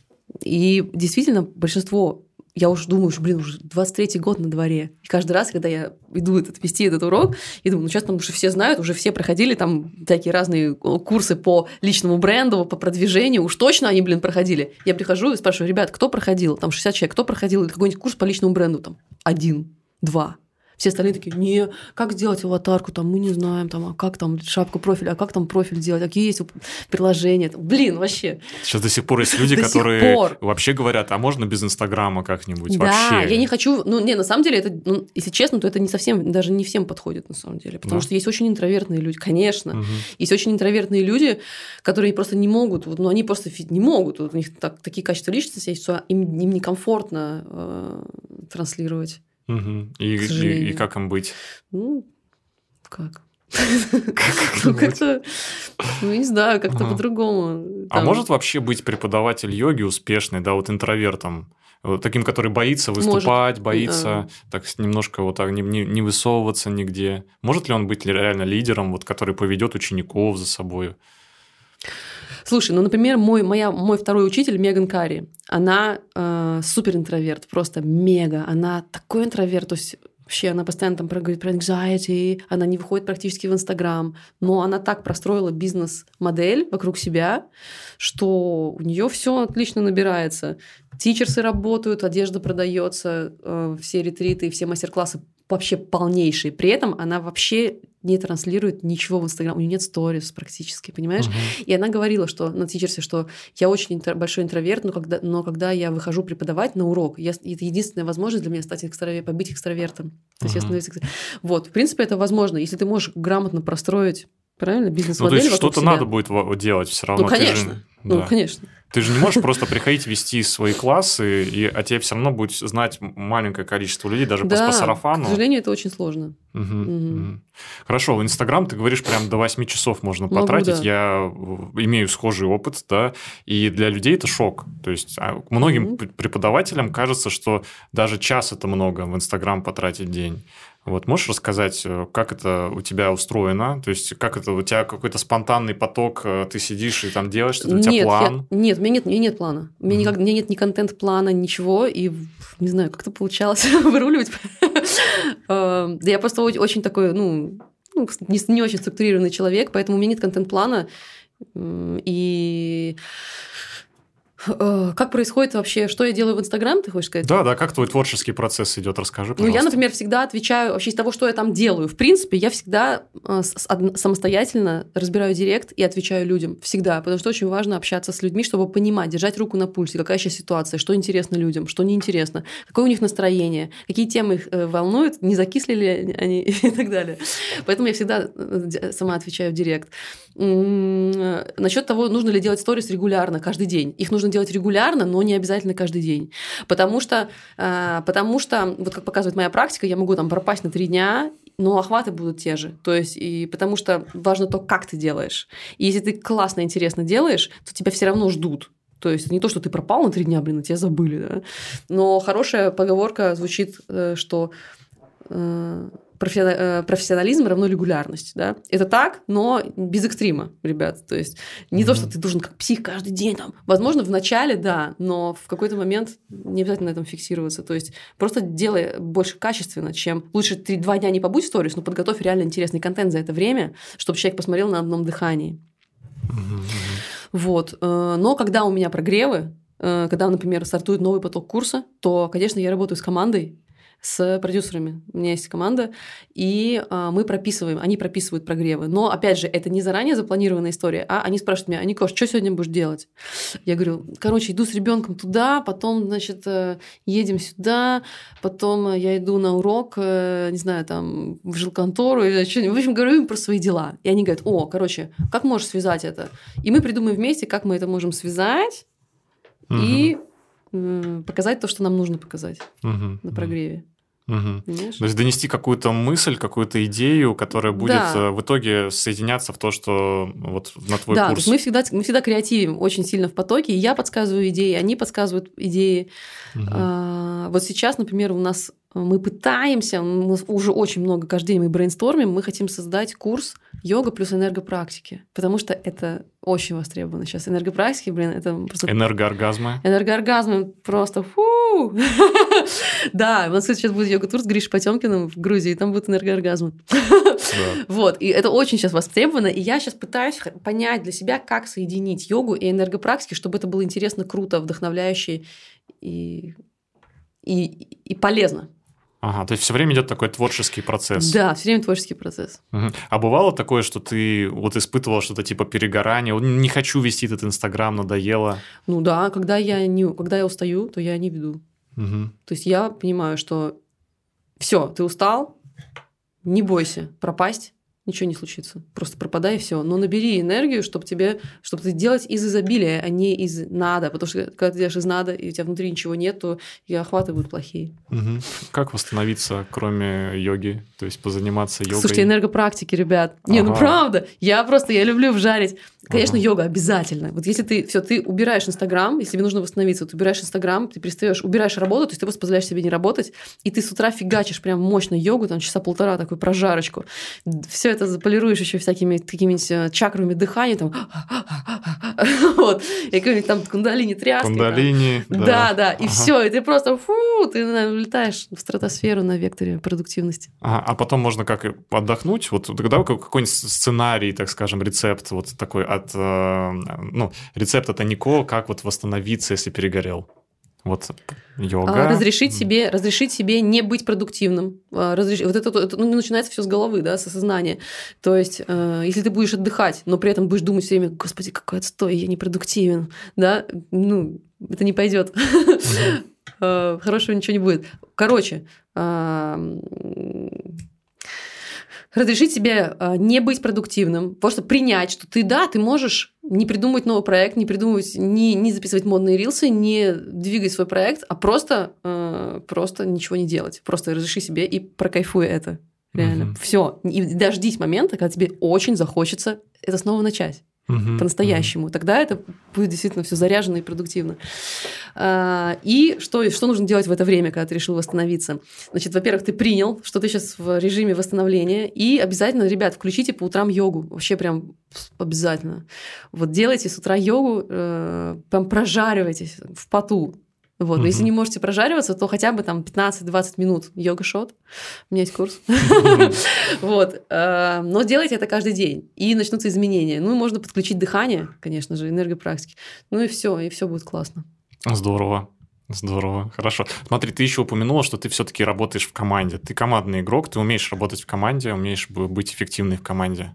И действительно, большинство... Я уже думаю, что, блин, уже двадцать третий год на дворе. И каждый раз, когда я иду этот, вести этот урок, я думаю, ну сейчас, потому что все знают, уже все проходили там такие разные курсы по личному бренду, по продвижению, уж точно они, блин, проходили. Я прихожу и спрашиваю, ребят, кто проходил? Там шестьдесят человек, кто проходил какой-нибудь курс по личному бренду? Там один, два. Все остальные такие, не, как сделать аватарку, там, мы не знаем, там, а как там шапку профиля, а как там профиль делать, какие есть приложения. Там, блин, вообще. Сейчас до сих пор есть люди, которые вообще говорят, а можно без Инстаграма как-нибудь? Да, вообще. Я не хочу, ну, не, на самом деле, это, ну, если честно, то это не совсем, даже не всем подходит, на самом деле, потому да. что есть очень интровертные люди, конечно, угу. есть очень интровертные люди, которые просто не могут, ну, они просто не могут, вот у них так, такие качества личности есть, что им, им некомфортно э, транслировать. Угу. И, и, и как им быть? Ну, как? Ну, как-то, ну, не знаю, как-то по-другому. А может вообще быть преподаватель йоги успешный, да, вот интровертом, таким, который боится выступать, боится так немножко вот так не высовываться нигде? Может ли он быть реально лидером, вот, который поведет учеников за собой? Слушай, ну, например, мой, моя, мой второй учитель, Меган Карри, она э, супер интроверт, просто мега. Она такой интроверт, то есть вообще она постоянно там говорит про anxiety, она не выходит практически в Инстаграм, но она так простроила бизнес-модель вокруг себя, что у нее все отлично набирается. Тичерсы работают, одежда продается, э, все ретриты, все мастер-классы вообще полнейшие. При этом она вообще не транслирует ничего в Инстаграм, у нее нет сторис практически, понимаешь? Uh-huh. И она говорила, что на тичерсе, что я очень интро- большой интроверт, но когда, но когда я выхожу преподавать на урок, я, это единственная возможность для меня стать экстравертом, побыть экстравертом. То есть uh-huh. я вот, в принципе, это возможно, если ты можешь грамотно простроить, правильно, бизнес-модель. Ну, то есть что-то себя. Надо будет делать все равно. Ну, конечно. Ты же, ну, да. конечно. Ты же не можешь просто приходить вести свои классы, и, а тебе все равно будет знать маленькое количество людей, даже да, по, по сарафану. К сожалению, это очень сложно. Угу, угу. Хорошо, в Инстаграм, ты говоришь, прям до восьми часов можно Могу, потратить. Да. Я имею схожий опыт, да, и для людей это шок. То есть многим угу. преподавателям кажется, что даже час это много в Инстаграм потратить в день. Вот, можешь рассказать, как это у тебя устроено? То есть, как это у тебя какой-то спонтанный поток, ты сидишь и там делаешь что-то, у тебя нет, план? Я, нет, у меня нет, у меня нет плана. У меня, mm-hmm. никак, у меня нет ни контент-плана, ничего, и не знаю, как-то получалось выруливать. Я просто очень такой, ну, не очень структурированный человек, поэтому у меня нет контент-плана, и... Как происходит вообще, что я делаю в Инстаграм, ты хочешь сказать? Да, да, как твой творческий процесс идет, расскажи, пожалуйста. Ну, я, например, всегда отвечаю вообще из того, что я там делаю. В принципе, я всегда самостоятельно разбираю директ и отвечаю людям. Всегда, потому что очень важно общаться с людьми, чтобы понимать, держать руку на пульсе, какая сейчас ситуация, что интересно людям, что неинтересно, какое у них настроение, какие темы их волнуют, не закисли ли они и так далее. Поэтому я всегда сама отвечаю в директ. Насчет того, нужно ли делать сторис регулярно, каждый день. Их нужно делать регулярно, но не обязательно каждый день. Потому что, потому что, вот как показывает моя практика, я могу там пропасть на три дня, но охваты будут те же. То есть, и потому что важно то, как ты делаешь. И если ты классно, интересно делаешь, то тебя все равно ждут. То есть не то, что ты пропал на три дня, блин, а тебя забыли, да? Но хорошая поговорка звучит, что профессионализм равно регулярность, да? Это так, но без экстрима, ребят. То есть не mm-hmm. то, что ты должен как псих каждый день там. Возможно, в начале, да, но в какой-то момент не обязательно на этом фиксироваться. То есть просто делай больше качественно, чем... Лучше три, два дня не побудь в сторис, но подготовь реально интересный контент за это время, чтобы человек посмотрел на одном дыхании. Mm-hmm. Вот. Но когда у меня прогревы, когда, например, стартует новый поток курса, то, конечно, я работаю с командой, с продюсерами. У меня есть команда, и а, мы прописываем, они прописывают прогревы. Но, опять же, это не заранее запланированная история, а они спрашивают меня: Никош, что сегодня будешь делать? Я говорю: короче, иду с ребенком туда, потом, значит, едем сюда, потом я иду на урок, не знаю, там, в жилконтору или что-нибудь. В общем, говорю им про свои дела. И они говорят: о, короче, как можешь связать это? И мы придумаем вместе, как мы это можем связать угу. и э, показать то, что нам нужно показать угу. на прогреве. Угу. То есть донести какую-то мысль, какую-то идею, которая будет да. в итоге соединяться в то, что вот на твой да, курс. Да, то есть мы всегда, мы всегда креативим очень сильно в потоке, и я подсказываю идеи, они подсказывают идеи. Угу. А, вот сейчас, например, у нас мы пытаемся, у нас уже очень много, каждый день мы брейнстормим, мы хотим создать курс йога плюс энергопрактики, потому что это очень востребовано сейчас. Энергопрактики, блин, это просто... Энергооргазмы. Энергооргазмы просто фу! Да, у нас сейчас будет йога-тур с Гришей Потемкиным в Грузии, и там будут энергооргазмы. Вот, и это очень сейчас востребовано, и я сейчас пытаюсь понять для себя, как соединить йогу и энергопрактики, чтобы это было интересно, круто, вдохновляюще и, и, и полезно. Ага, то есть все время идет такой творческий процесс. Да, все время творческий процесс. Угу. А бывало такое, что ты вот испытывала что-то типа перегорания, не хочу вести этот Инстаграм, надоело? Ну да, когда я, не, когда я устаю, то я не веду. Угу. То есть я понимаю, что все, ты устал, не бойся пропасть, ничего не случится. Просто пропадай и все. Но набери энергию, чтобы тебе, чтобы ты делать из изобилия, а не из надо. Потому что когда ты делаешь из надо, и у тебя внутри ничего нет, то и охваты будут плохие. Угу. Как восстановиться, кроме йоги? То есть позаниматься йогой? Слушайте, энергопрактики, ребят. Ага. Не, ну правда. Я просто, я люблю вжарить. Конечно, ага. йога обязательно. Вот если ты все, ты убираешь Инстаграм, если тебе нужно восстановиться, ты убираешь Инстаграм, ты перестаешь, убираешь работу, то есть ты просто позволяешь себе не работать, и ты с утра фигачишь прям мощно йогу, там часа полтора такую прожарочку. Все это заполируешь еще всякими какими-нибудь чакрами дыхания, там, вот, и какой-нибудь там кундалини тряски. Кундалини, да. Да, да, и ага. все, и ты просто, фу, ты улетаешь в стратосферу на векторе продуктивности. Ага, а потом можно как отдохнуть, вот когда какой-нибудь сценарий, так скажем, рецепт вот такой от, ну, рецепт от Анико, как вот восстановиться, если перегорел. Вот йога. Разрешить себе, разрешить себе не быть продуктивным. Разреш... Вот это, это ну, начинается все с головы, да, с осознания. То есть, э, если ты будешь отдыхать, но при этом будешь думать все время: господи, какой отстой, я непродуктивен, да, ну, это не пойдет. Угу. Хорошего ничего не будет. Короче, разрешить себе не быть продуктивным, просто принять, что ты, да, ты можешь не придумывать новый проект, не придумывать, не, не записывать модные рилсы, не двигать свой проект, а просто, э, просто ничего не делать. Просто разреши себе и прокайфуй это. Реально. Угу. Все. И дождись момента, когда тебе очень захочется это снова начать. Угу, по-настоящему. Угу. Тогда это будет действительно все заряжено и продуктивно. И что, что нужно делать в это время, когда ты решил восстановиться? Значит, во-первых, ты принял, что ты сейчас в режиме восстановления, и обязательно, ребят, включите по утрам йогу. Вообще прям обязательно. Вот делайте с утра йогу, прям прожаривайтесь в поту. Вот. Но mm-hmm. если не можете прожариваться, то хотя бы там пятнадцать-двадцать минут йога-шот. У меня есть курс. Mm-hmm. Вот. Но делайте это каждый день, и начнутся изменения. Ну, и можно подключить дыхание, конечно же, энергопрактики. Ну и все, и все будет классно. Здорово. Здорово, хорошо. Смотри, ты еще упомянула, что ты все-таки работаешь в команде. Ты командный игрок, ты умеешь работать в команде, умеешь быть эффективной в команде.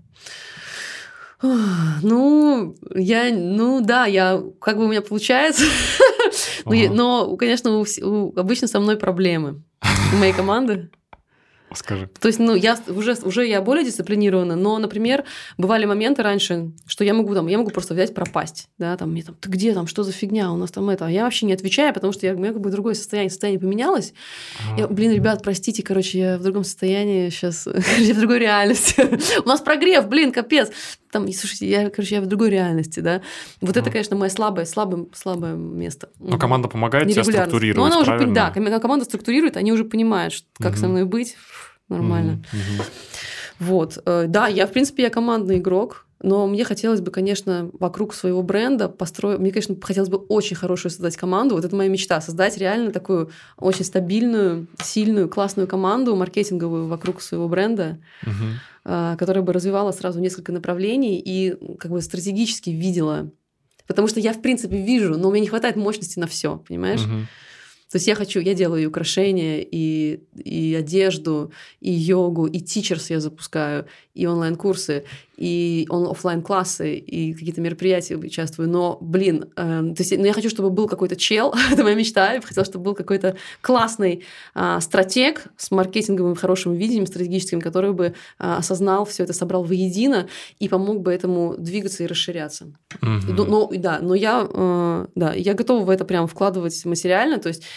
Ну, я, ну да, я, как бы у меня получается, ага. но, но, конечно, у, у, обычно со мной проблемы у моей команды. Скажи. То есть, ну, я уже, уже я более дисциплинирована, но, например, бывали моменты раньше, что я могу, там, я могу просто взять, пропасть, да, там, мне там, ты где там, что за фигня, у нас там это, а я вообще не отвечаю, потому что я, у меня как бы другое состояние, состояние поменялось. А-а-а. Я, блин, ребят, простите, короче, я в другом состоянии сейчас, я в другой реальности. У нас прогрев, блин, капец. там, и, слушайте, я, короче, я в другой реальности, да. Вот Mm. это, конечно, мое слабое, слабое, слабое место. Но команда помогает тебе структурировать, Но она уже, правильно? да, команда структурирует, они уже понимают, как mm-hmm. со мной быть, нормально. Mm-hmm. Вот, да, я, в принципе, я командный игрок, но мне хотелось бы, конечно, вокруг своего бренда построить... Мне, конечно, хотелось бы очень хорошую создать команду. Вот это моя мечта. Создать реально такую очень стабильную, сильную, классную команду маркетинговую вокруг своего бренда, uh-huh. которая бы развивала сразу несколько направлений и как бы стратегически видела. Потому что я, в принципе, вижу, но у меня не хватает мощности на все, понимаешь? Uh-huh. То есть я хочу, я делаю и украшения, и, и одежду, и йогу, и тичерс я запускаю, и онлайн-курсы, и офлайн-классы, и какие-то мероприятия участвую. Но, блин, э, то есть, ну, я хочу, чтобы был какой-то чел, это моя мечта, я бы хотела, чтобы был какой-то классный э, стратег с маркетинговым хорошим видением, стратегическим, который бы э, осознал все это, собрал воедино и помог бы этому двигаться и расширяться. Mm-hmm. Но, но, да, но я, э, да, я готова в это прям вкладывать материально, то есть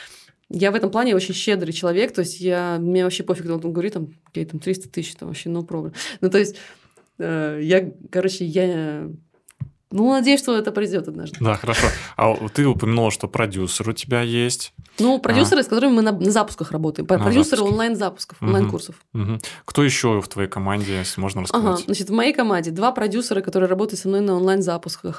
я в этом плане очень щедрый человек, то есть я, мне вообще пофиг, он говорит, там, какие там триста тысяч, там вообще no problem. Ну, то есть э, я, короче, я... Ну, надеюсь, что это придет однажды. Да, хорошо. А ты упомянула, что продюсер у тебя есть. Ну, продюсеры, а. с которыми мы на, на запусках работаем. На продюсеры запуске. онлайн-запусков, угу. онлайн-курсов. Угу. Кто еще в твоей команде, если можно рассказать? Ага, значит, в моей команде два продюсера, которые работают со мной на онлайн-запусках.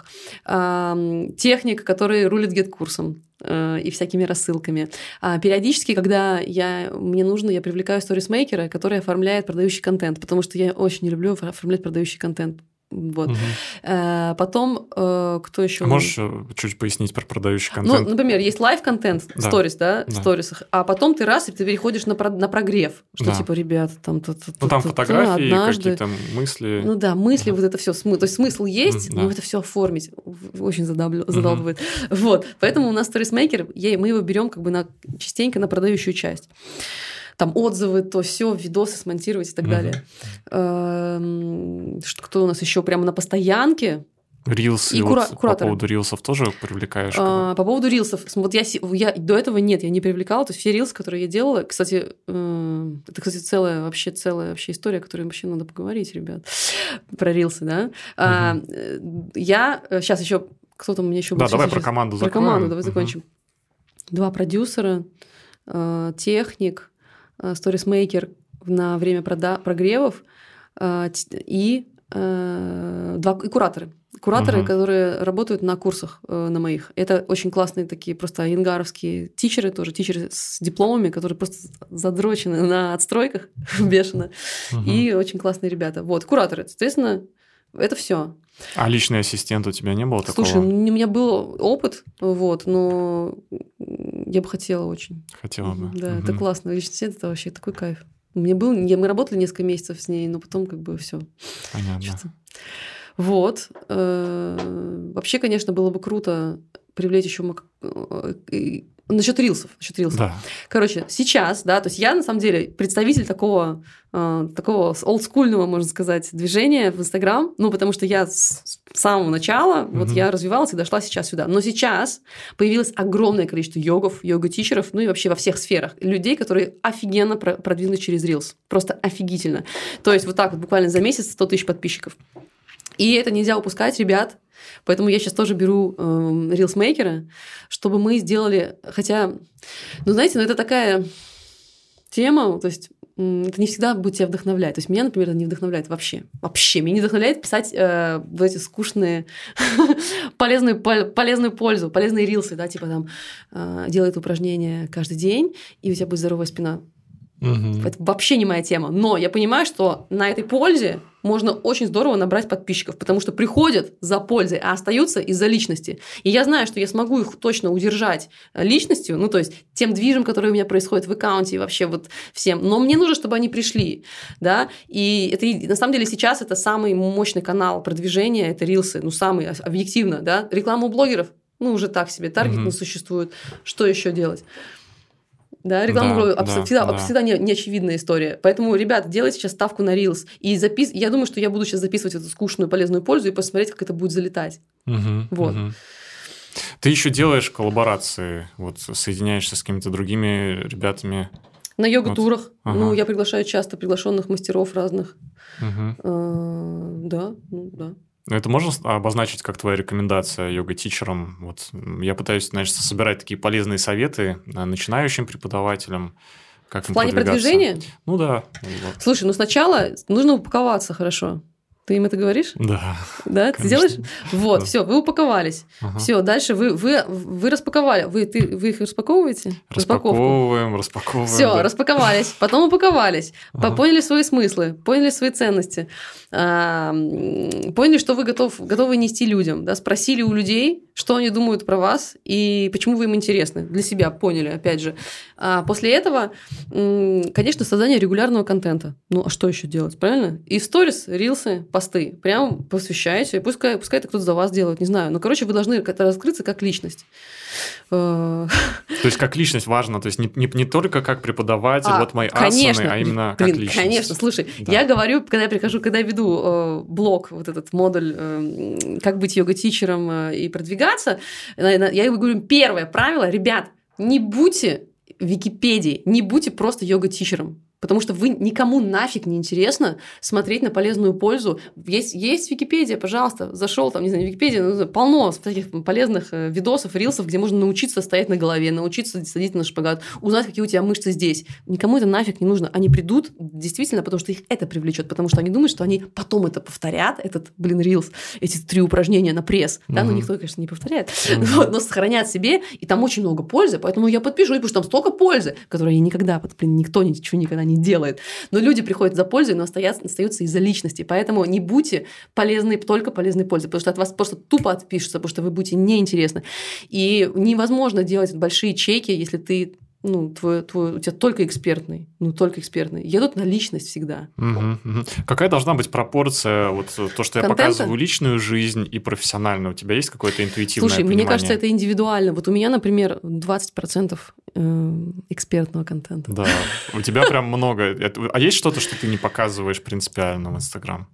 Эм, техник, который рулит гет-курсом э, и всякими рассылками. А периодически, когда я, мне нужно, я привлекаю сторисмейкера, который оформляет продающий контент, потому что я очень не люблю оформлять продающий контент. Вот. Угу. А, потом, э, кто еще? Можешь чуть пояснить про продающий контент? Ну, например, есть лайв-контент в да. сторис, да, в да. сторисах, а потом ты раз, и ты переходишь на, про, на прогрев, что да. типа, ребята, там... Т, т, ну, там т, фотографии, однажды... какие-то мысли. Ну да, мысли, угу. вот это все. То есть смысл есть, да. но это все оформить очень задавлю, задалбывает. Угу. Вот, поэтому у нас сторисмейкер, мы его берем как бы на, частенько на продающую часть. Там отзывы, то все, видосы смонтировать и так далее. Uh-huh. Что, кто у нас еще прямо на постоянке? Рилсы, и кура- вот по поводу рилсов тоже привлекаешь? А, по поводу рилсов, вот я, я до этого нет, я не привлекала, то есть все рилсы, которые я делала, кстати, э, это, кстати, целая вообще целая вообще история, о которой вообще надо поговорить, ребят, про рилсы, да. Uh-huh. А, я сейчас еще кто-то у меня еще. Да, давай про команду закроем. Про команду давай uh-huh. закончим. Два продюсера, э, техник, сторисмейкер на время прода- прогревов э, и, э, два, и кураторы. Кураторы, uh-huh. которые работают на курсах э, на моих. Это очень классные такие просто янгаровские тичеры, тоже тичеры с дипломами, которые просто задрочены на отстройках бешено. Uh-huh. И очень классные ребята. Вот, кураторы, соответственно, это все. А личный ассистент у тебя не было такого? Слушай, у меня был опыт, вот, но я бы хотела очень. Хотела бы. Да, угу. это классно. Личный ассистент – это вообще такой кайф. Мне был, мы работали несколько месяцев с ней, но потом как бы все. Понятно. Что-то. Вот. Вообще, конечно, было бы круто привлечь еще... Насчет рилсов. Насчет рилсов. Да. Короче, сейчас, да, то есть я, на самом деле, представитель такого, э, такого олдскульного, можно сказать, движения в Инстаграм, ну, потому что я с самого начала, mm-hmm. вот я развивалась и дошла сейчас сюда. Но сейчас появилось огромное количество йогов, йога-тичеров, ну, и вообще во всех сферах. Людей, которые офигенно продвинулись через рилс. Просто офигительно. То есть вот так вот буквально за месяц сто тысяч подписчиков. И это нельзя упускать, ребят. Поэтому я сейчас тоже беру э, рилсмейкера, чтобы мы сделали... Хотя, ну, знаете, ну, это такая тема, то есть э, это не всегда будет тебя вдохновлять. То есть меня, например, это не вдохновляет вообще. Вообще. Меня не вдохновляет писать э, в эти скучные, полезную, полезную пользу, полезные рилсы, да, типа там э, делай это упражнение каждый день, и у тебя будет здоровая спина. Угу. Это вообще не моя тема. Но я понимаю, что на этой пользе можно очень здорово набрать подписчиков, потому что приходят за пользой, а остаются из-за личности. И я знаю, что я смогу их точно удержать личностью, ну, то есть тем движем, который у меня происходит в аккаунте и вообще вот всем. Но мне нужно, чтобы они пришли, да. И это, на самом деле, сейчас это самый мощный канал продвижения, это рилсы, ну, самый объективно, да. Реклама у блогеров, ну, уже так себе, таргет не существует. Что еще делать? Да, реклама да, абсолютно, да, всегда, да. всегда не, не очевидная история. Поэтому, ребята, делайте сейчас ставку на Reels. И запис... я думаю, что я буду сейчас записывать эту скучную полезную пользу и посмотреть, как это будет залетать. Угу, вот. Угу. Ты еще делаешь коллаборации, вот соединяешься с какими-то другими ребятами. На йога-турах. Вот. Ага. Ну, я приглашаю часто приглашенных мастеров разных. Угу. А, да, ну да. Это можно обозначить как твоя рекомендация йога-тичерам? Вот я пытаюсь, значит, собирать такие полезные советы начинающим преподавателям. Как В плане продвижения? Ну да. Вот. Слушай, ну сначала нужно упаковаться хорошо. Ты им это говоришь? Да. Да, ты делаешь? Вот, да. Все, вы упаковались. Ага. Все, дальше вы, вы, вы распаковали. Вы, ты, вы их распаковываете? Распаковываем, распаковываем. Все, да. Распаковались. Потом упаковались. Ага. Поняли свои смыслы, поняли свои ценности. А, поняли, что вы готов, готовы нести людям. Да? Спросили у людей, что они думают про вас и почему вы им интересны. Для себя поняли, опять же. А после этого, конечно, создание регулярного контента. Ну, а что еще делать, правильно? И сторис, рилсы, посты. Прям посвящайте. Пускай, пускай это кто-то за вас делает, не знаю. Но, короче, вы должны раскрыться как личность. То есть, как личность важно. То есть, не, не, не только как преподаватель, а, вот мои конечно, асаны, а именно блин, как личность. Конечно, слушай, да. Я говорю, когда я прихожу, когда я веду э, блог, вот этот модуль э, «Как быть йога-тичером э, и продвигаться», я говорю, первое правило, ребят, не будьте Википедией, не будьте просто йога-тичером. Потому что вы никому нафиг не интересно смотреть на полезную пользу. Есть, есть Википедия, пожалуйста, зашел там, не знаю, Википедия, ну, полно таких полезных видосов, рилсов, где можно научиться стоять на голове, научиться садиться на шпагат, узнать, какие у тебя мышцы здесь. Никому это нафиг не нужно. Они придут действительно, потому что их это привлечет, потому что они думают, что они потом это повторят, этот, блин, рилс, эти три упражнения на пресс. Mm-hmm. Да, ну никто, конечно, не повторяет, mm-hmm. вот, но сохранят себе, и там очень много пользы, поэтому я подпишусь, потому что там столько пользы, которой никогда, блин, никто ничего никогда не делает. Но люди приходят за пользой, но остаются, остаются из-за личности. Поэтому не будьте полезны только полезной пользой, потому что от вас просто тупо отпишутся, потому что вы будете неинтересны. И невозможно делать большие чеки, если ты, ну, твой, твой, у тебя только экспертный, ну, только экспертный. Едут на личность всегда. Угу, угу. Какая должна быть пропорция, вот то, что я Контента? Показываю личную жизнь и профессиональную? У тебя есть какое-то интуитивное Слушай, понимание? Мне кажется, это индивидуально. Вот у меня, например, двадцать процентов экспертного контента. Да, у тебя прям много. А есть что-то, что ты не показываешь принципиально в Инстаграм?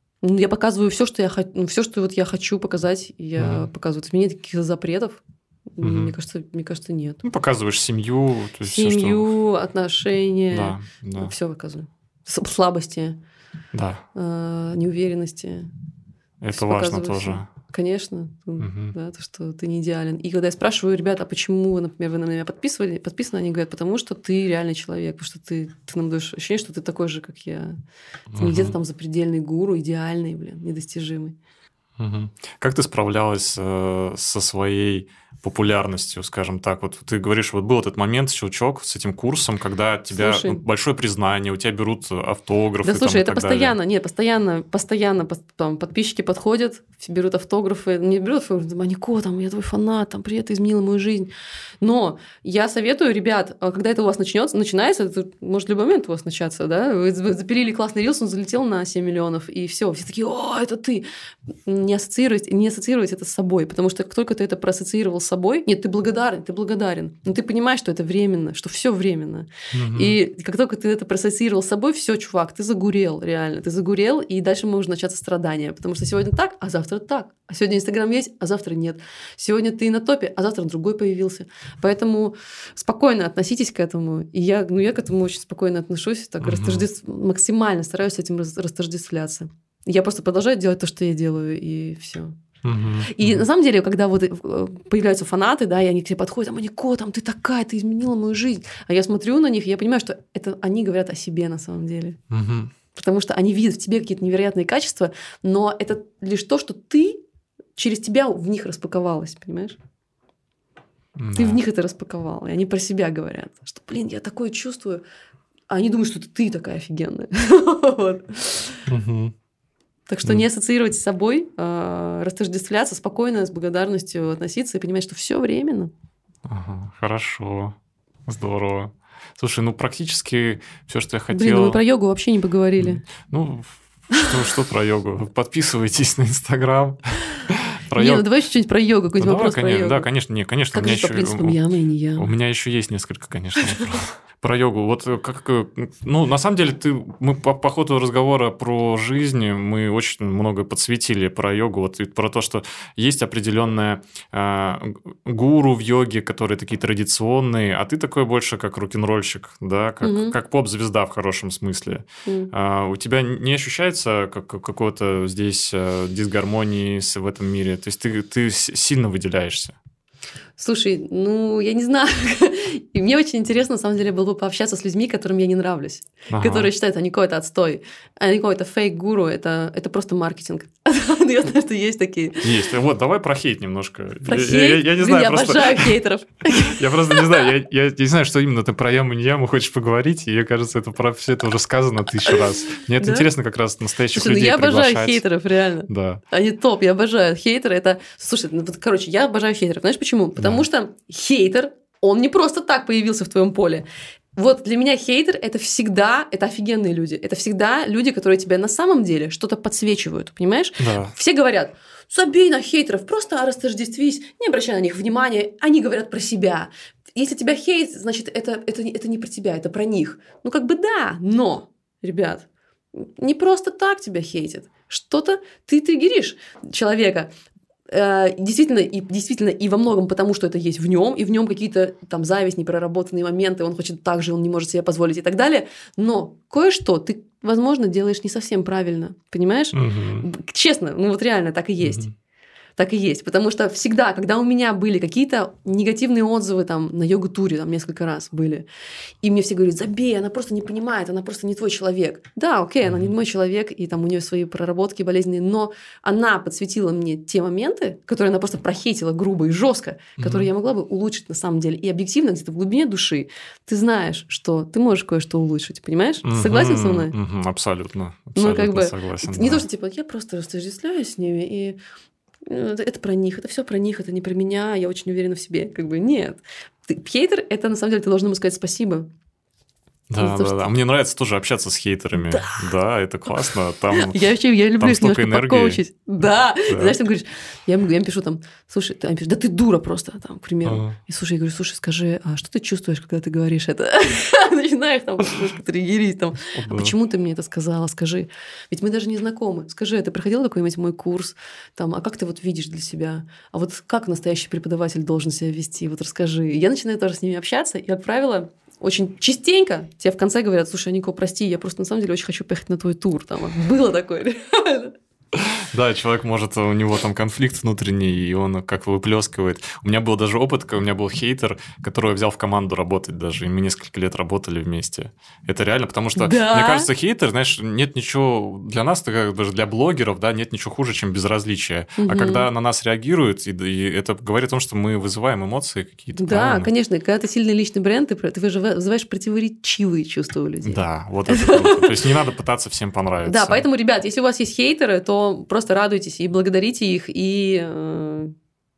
Я показываю все, что я хочу, все, что вот я хочу показать, я mm-hmm. показываю. У меня нет каких-то запретов. Mm-hmm. Мне кажется, мне кажется, нет. Ну, показываешь семью, то есть семью, все, что... отношения, да, да. все показываю. Слабости, да. э, неуверенности. Это важно тоже. Конечно, угу. да, то, что ты не идеален. И когда я спрашиваю, ребята, а почему, например, вы на меня подписывали, подписаны, они говорят, потому что ты реальный человек, потому что ты, ты нам даешь ощущение, что ты такой же, как я. Ты угу. не где-то там запредельный гуру, идеальный, блин, недостижимый. Угу. Как ты справлялась э, со своей популярностью, скажем так? Вот ты говоришь, вот был этот момент, щелчок с этим курсом, когда от тебя слушай, ну, большое признание, у тебя берут автографы. Да, слушай, там, это постоянно, далее. Нет, постоянно, постоянно там, подписчики подходят, берут автографы, не берут автографы, Манико, там, я твой фанат, там, привет, ты изменила мою жизнь. Но я советую, ребят, когда это у вас начнется, начинается, это может в любой момент у вас начаться, да, вы запилили классный рилс, он залетел на семь миллионов, и все, все такие, о, это ты. Не ассоциируйте, не ассоциируйте это с собой, потому что как только ты это проассоциировал с собой, нет, ты благодарен, ты благодарен, но ты понимаешь, что это временно, что все временно. Угу. И как только ты это проассоциировал с собой, все, чувак, ты загурел, реально, ты загурел, и дальше может начаться страдание, потому что сегодня так, а завтра так, а сегодня Инстаграм есть, а завтра нет, сегодня ты на топе, а завтра другой появился, поэтому спокойно относитесь к этому, и я, ну, я к этому очень спокойно отношусь, так угу. растождеств... максимально стараюсь с этим растождествляться. Я просто продолжаю делать то, что я делаю, и все. Uh-huh, и uh-huh. на самом деле, когда вот появляются фанаты, да, и они к тебе подходят, Манико, там ты такая, ты изменила мою жизнь. А я смотрю на них, и я понимаю, что это они говорят о себе на самом деле. Uh-huh. Потому что они видят в тебе какие-то невероятные качества, но это лишь то, что ты через тебя в них распаковалась, понимаешь? Uh-huh. Ты в них это распаковал, и они про себя говорят, что, блин, я такое чувствую, а они думают, что это ты такая офигенная. Так что mm. не ассоциировать с собой, э, растождествляться, спокойно, с благодарностью относиться и понимать, что все временно. Ага, хорошо, здорово. Слушай, ну практически все, что я хотел... Блин, ну мы про йогу вообще не поговорили. Ну, что, что про йогу? Подписывайтесь на Инстаграм. Про не, йогу. ну давай еще что-нибудь про йогу, какой-нибудь Ну, вопрос давай, конечно, про йогу. да, конечно, не, конечно. Как у меня же по еще, принципам ямы и не ямы? У меня еще есть несколько, конечно, вопросов. Про йогу. Вот как, ну, на самом деле, ты, мы по, по ходу разговора про жизнь, мы очень много подсветили про йогу, вот и про то, что есть определенная э, гуру в йоге, которые такие традиционные, а ты такой больше как рок-н-ролльщик, да, как, Мгм. как поп-звезда в хорошем смысле. М. А, у тебя не ощущается как, какого-то здесь э, дисгармонии с- в этом мире? То есть ты, ты с- сильно выделяешься? Слушай, ну, я не знаю. И мне очень интересно, на самом деле, было бы пообщаться с людьми, которым я не нравлюсь. Ага. Которые считают, они какой-то отстой. Они какой-то фейк-гуру. Это, это просто маркетинг. Я знаю, что есть такие. Есть. Вот, давай про хейт немножко. Про Я- хейт? Я, я не Блин, знаю, я просто... обожаю хейтеров. Я просто не знаю, я, я не знаю, что именно ты про яму не яму хочешь поговорить, и мне кажется, это про все это уже сказано тысячу раз. Мне это Да? интересно как раз настоящих Слушай, ну людей я обожаю приглашать. хейтеров, реально. Да. Они топ, я обожаю. Хейтеры это... Слушай, ну вот, короче, я обожаю хейтеров. Знаешь почему? Потому Да. что хейтер, он не просто так появился в твоем поле. Вот для меня хейтер – это всегда, это офигенные люди. Это всегда люди, которые тебе на самом деле что-то подсвечивают, понимаешь? Да. Все говорят, забей на хейтеров, просто растождествись, не обращай на них внимания, они говорят про себя. Если тебя хейт, значит, это, это, не- это не про тебя, это про них. Ну, как бы да, но, ребят, не просто так тебя хейтят. Что-то ты триггеришь человека. Э, Действительно и, действительно, и во многом потому, что это есть в нем, и в нем какие-то там зависть, непроработанные моменты, он хочет так же, он не может себе позволить и так далее. Но кое-что ты, возможно, делаешь не совсем правильно. Понимаешь? Мгм. Честно, ну вот реально так и есть. Мгм. Так и есть. Потому что всегда, когда у меня были какие-то негативные отзывы там, на йога-туре, там несколько раз были, и мне все говорят, забей, она просто не понимает, она просто не твой человек. Да, окей, она не мой человек, и там у нее свои проработки болезненные, но она подсветила мне те моменты, которые она просто прохейтила грубо и жестко, которые я могла бы улучшить на самом деле. И объективно, где-то в глубине души, ты знаешь, что ты можешь кое-что улучшить, понимаешь? Ты согласен со мной? Мгм. Мгм. Абсолютно. Ну, Абсолютно как бы, согласен. не да. то, что типа, я просто растождествляюсь с ними, и э, это это про них, это все про них, это не про меня, я очень уверена в себе. Как бы нет. Ты- хейтер – это на самом деле ты должен ему сказать спасибо. Да, за то, да, что- да. Мне нравится тоже общаться с хейтерами. Да, это классно. Там Я вообще, я люблю Там их столько немножко энергии. покоучить. Да. Да. Знаешь, ты говоришь, я ему, я им пишу там, слушай, ты, они пишут, да ты дура просто, там, к примеру. Ага. И слушай, я говорю, слушай, скажи, а что ты чувствуешь, когда ты говоришь это? Начинаю их там немножко триггерить, там, а Да. почему ты мне это сказала, скажи. Ведь мы даже не знакомы. Скажи, а ты проходил какой-нибудь мой курс, там, а как ты вот видишь для себя? А вот как настоящий преподаватель должен себя вести? Вот расскажи. И я начинаю тоже с ними общаться, и, как правило, очень частенько тебе в конце говорят, слушай, Нико, прости, я просто на самом деле очень хочу поехать на твой тур. Там было такое, реально. Да, человек может, у него там конфликт внутренний, и он как выплескивает. У меня был даже опыт, у меня был хейтер, которого я взял в команду работать даже, и мы несколько лет работали вместе. Это реально, потому что, Да? мне кажется, хейтер, знаешь, нет ничего, для нас, даже для блогеров, да, нет ничего хуже, чем безразличие. А Мгм. когда на нас реагируют, и, и это говорит о том, что мы вызываем эмоции какие-то. Да, правильно? конечно, когда ты сильный личный бренд, ты, про- ты вызыва- вызываешь противоречивые чувства у людей. Да, вот это круто. То есть не надо пытаться всем понравиться. Да, поэтому, ребят, если у вас есть хейтеры, то просто радуйтесь и благодарите их, и э,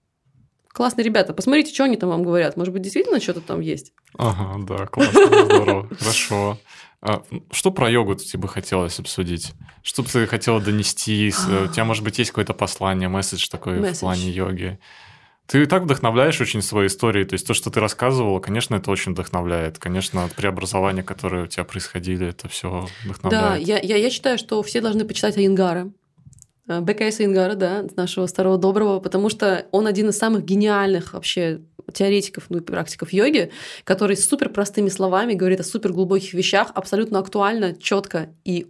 классные ребята. Посмотрите, что они там вам говорят. Может быть, действительно что-то там есть. Ага, да, классно, здорово, хорошо. А, что про йогу тебе бы хотелось обсудить? Что бы ты хотела донести? С- У тебя, может быть, есть какое-то послание, месседж такой в Месседж. плане йоги? Ты и так вдохновляешь очень своей историей. То есть то, что ты рассказывала, конечно, это очень вдохновляет. Конечно, преобразования, которые у тебя происходили, это все Да, вдохновляет. я, я, я считаю, что все должны почитать Айенгара. Э, Б К С Айенгара, да, нашего старого доброго, потому что он один из самых гениальных вообще теоретиков, ну и практиков йоги, который супер простыми словами говорит о супер глубоких вещах, абсолютно актуально, четко и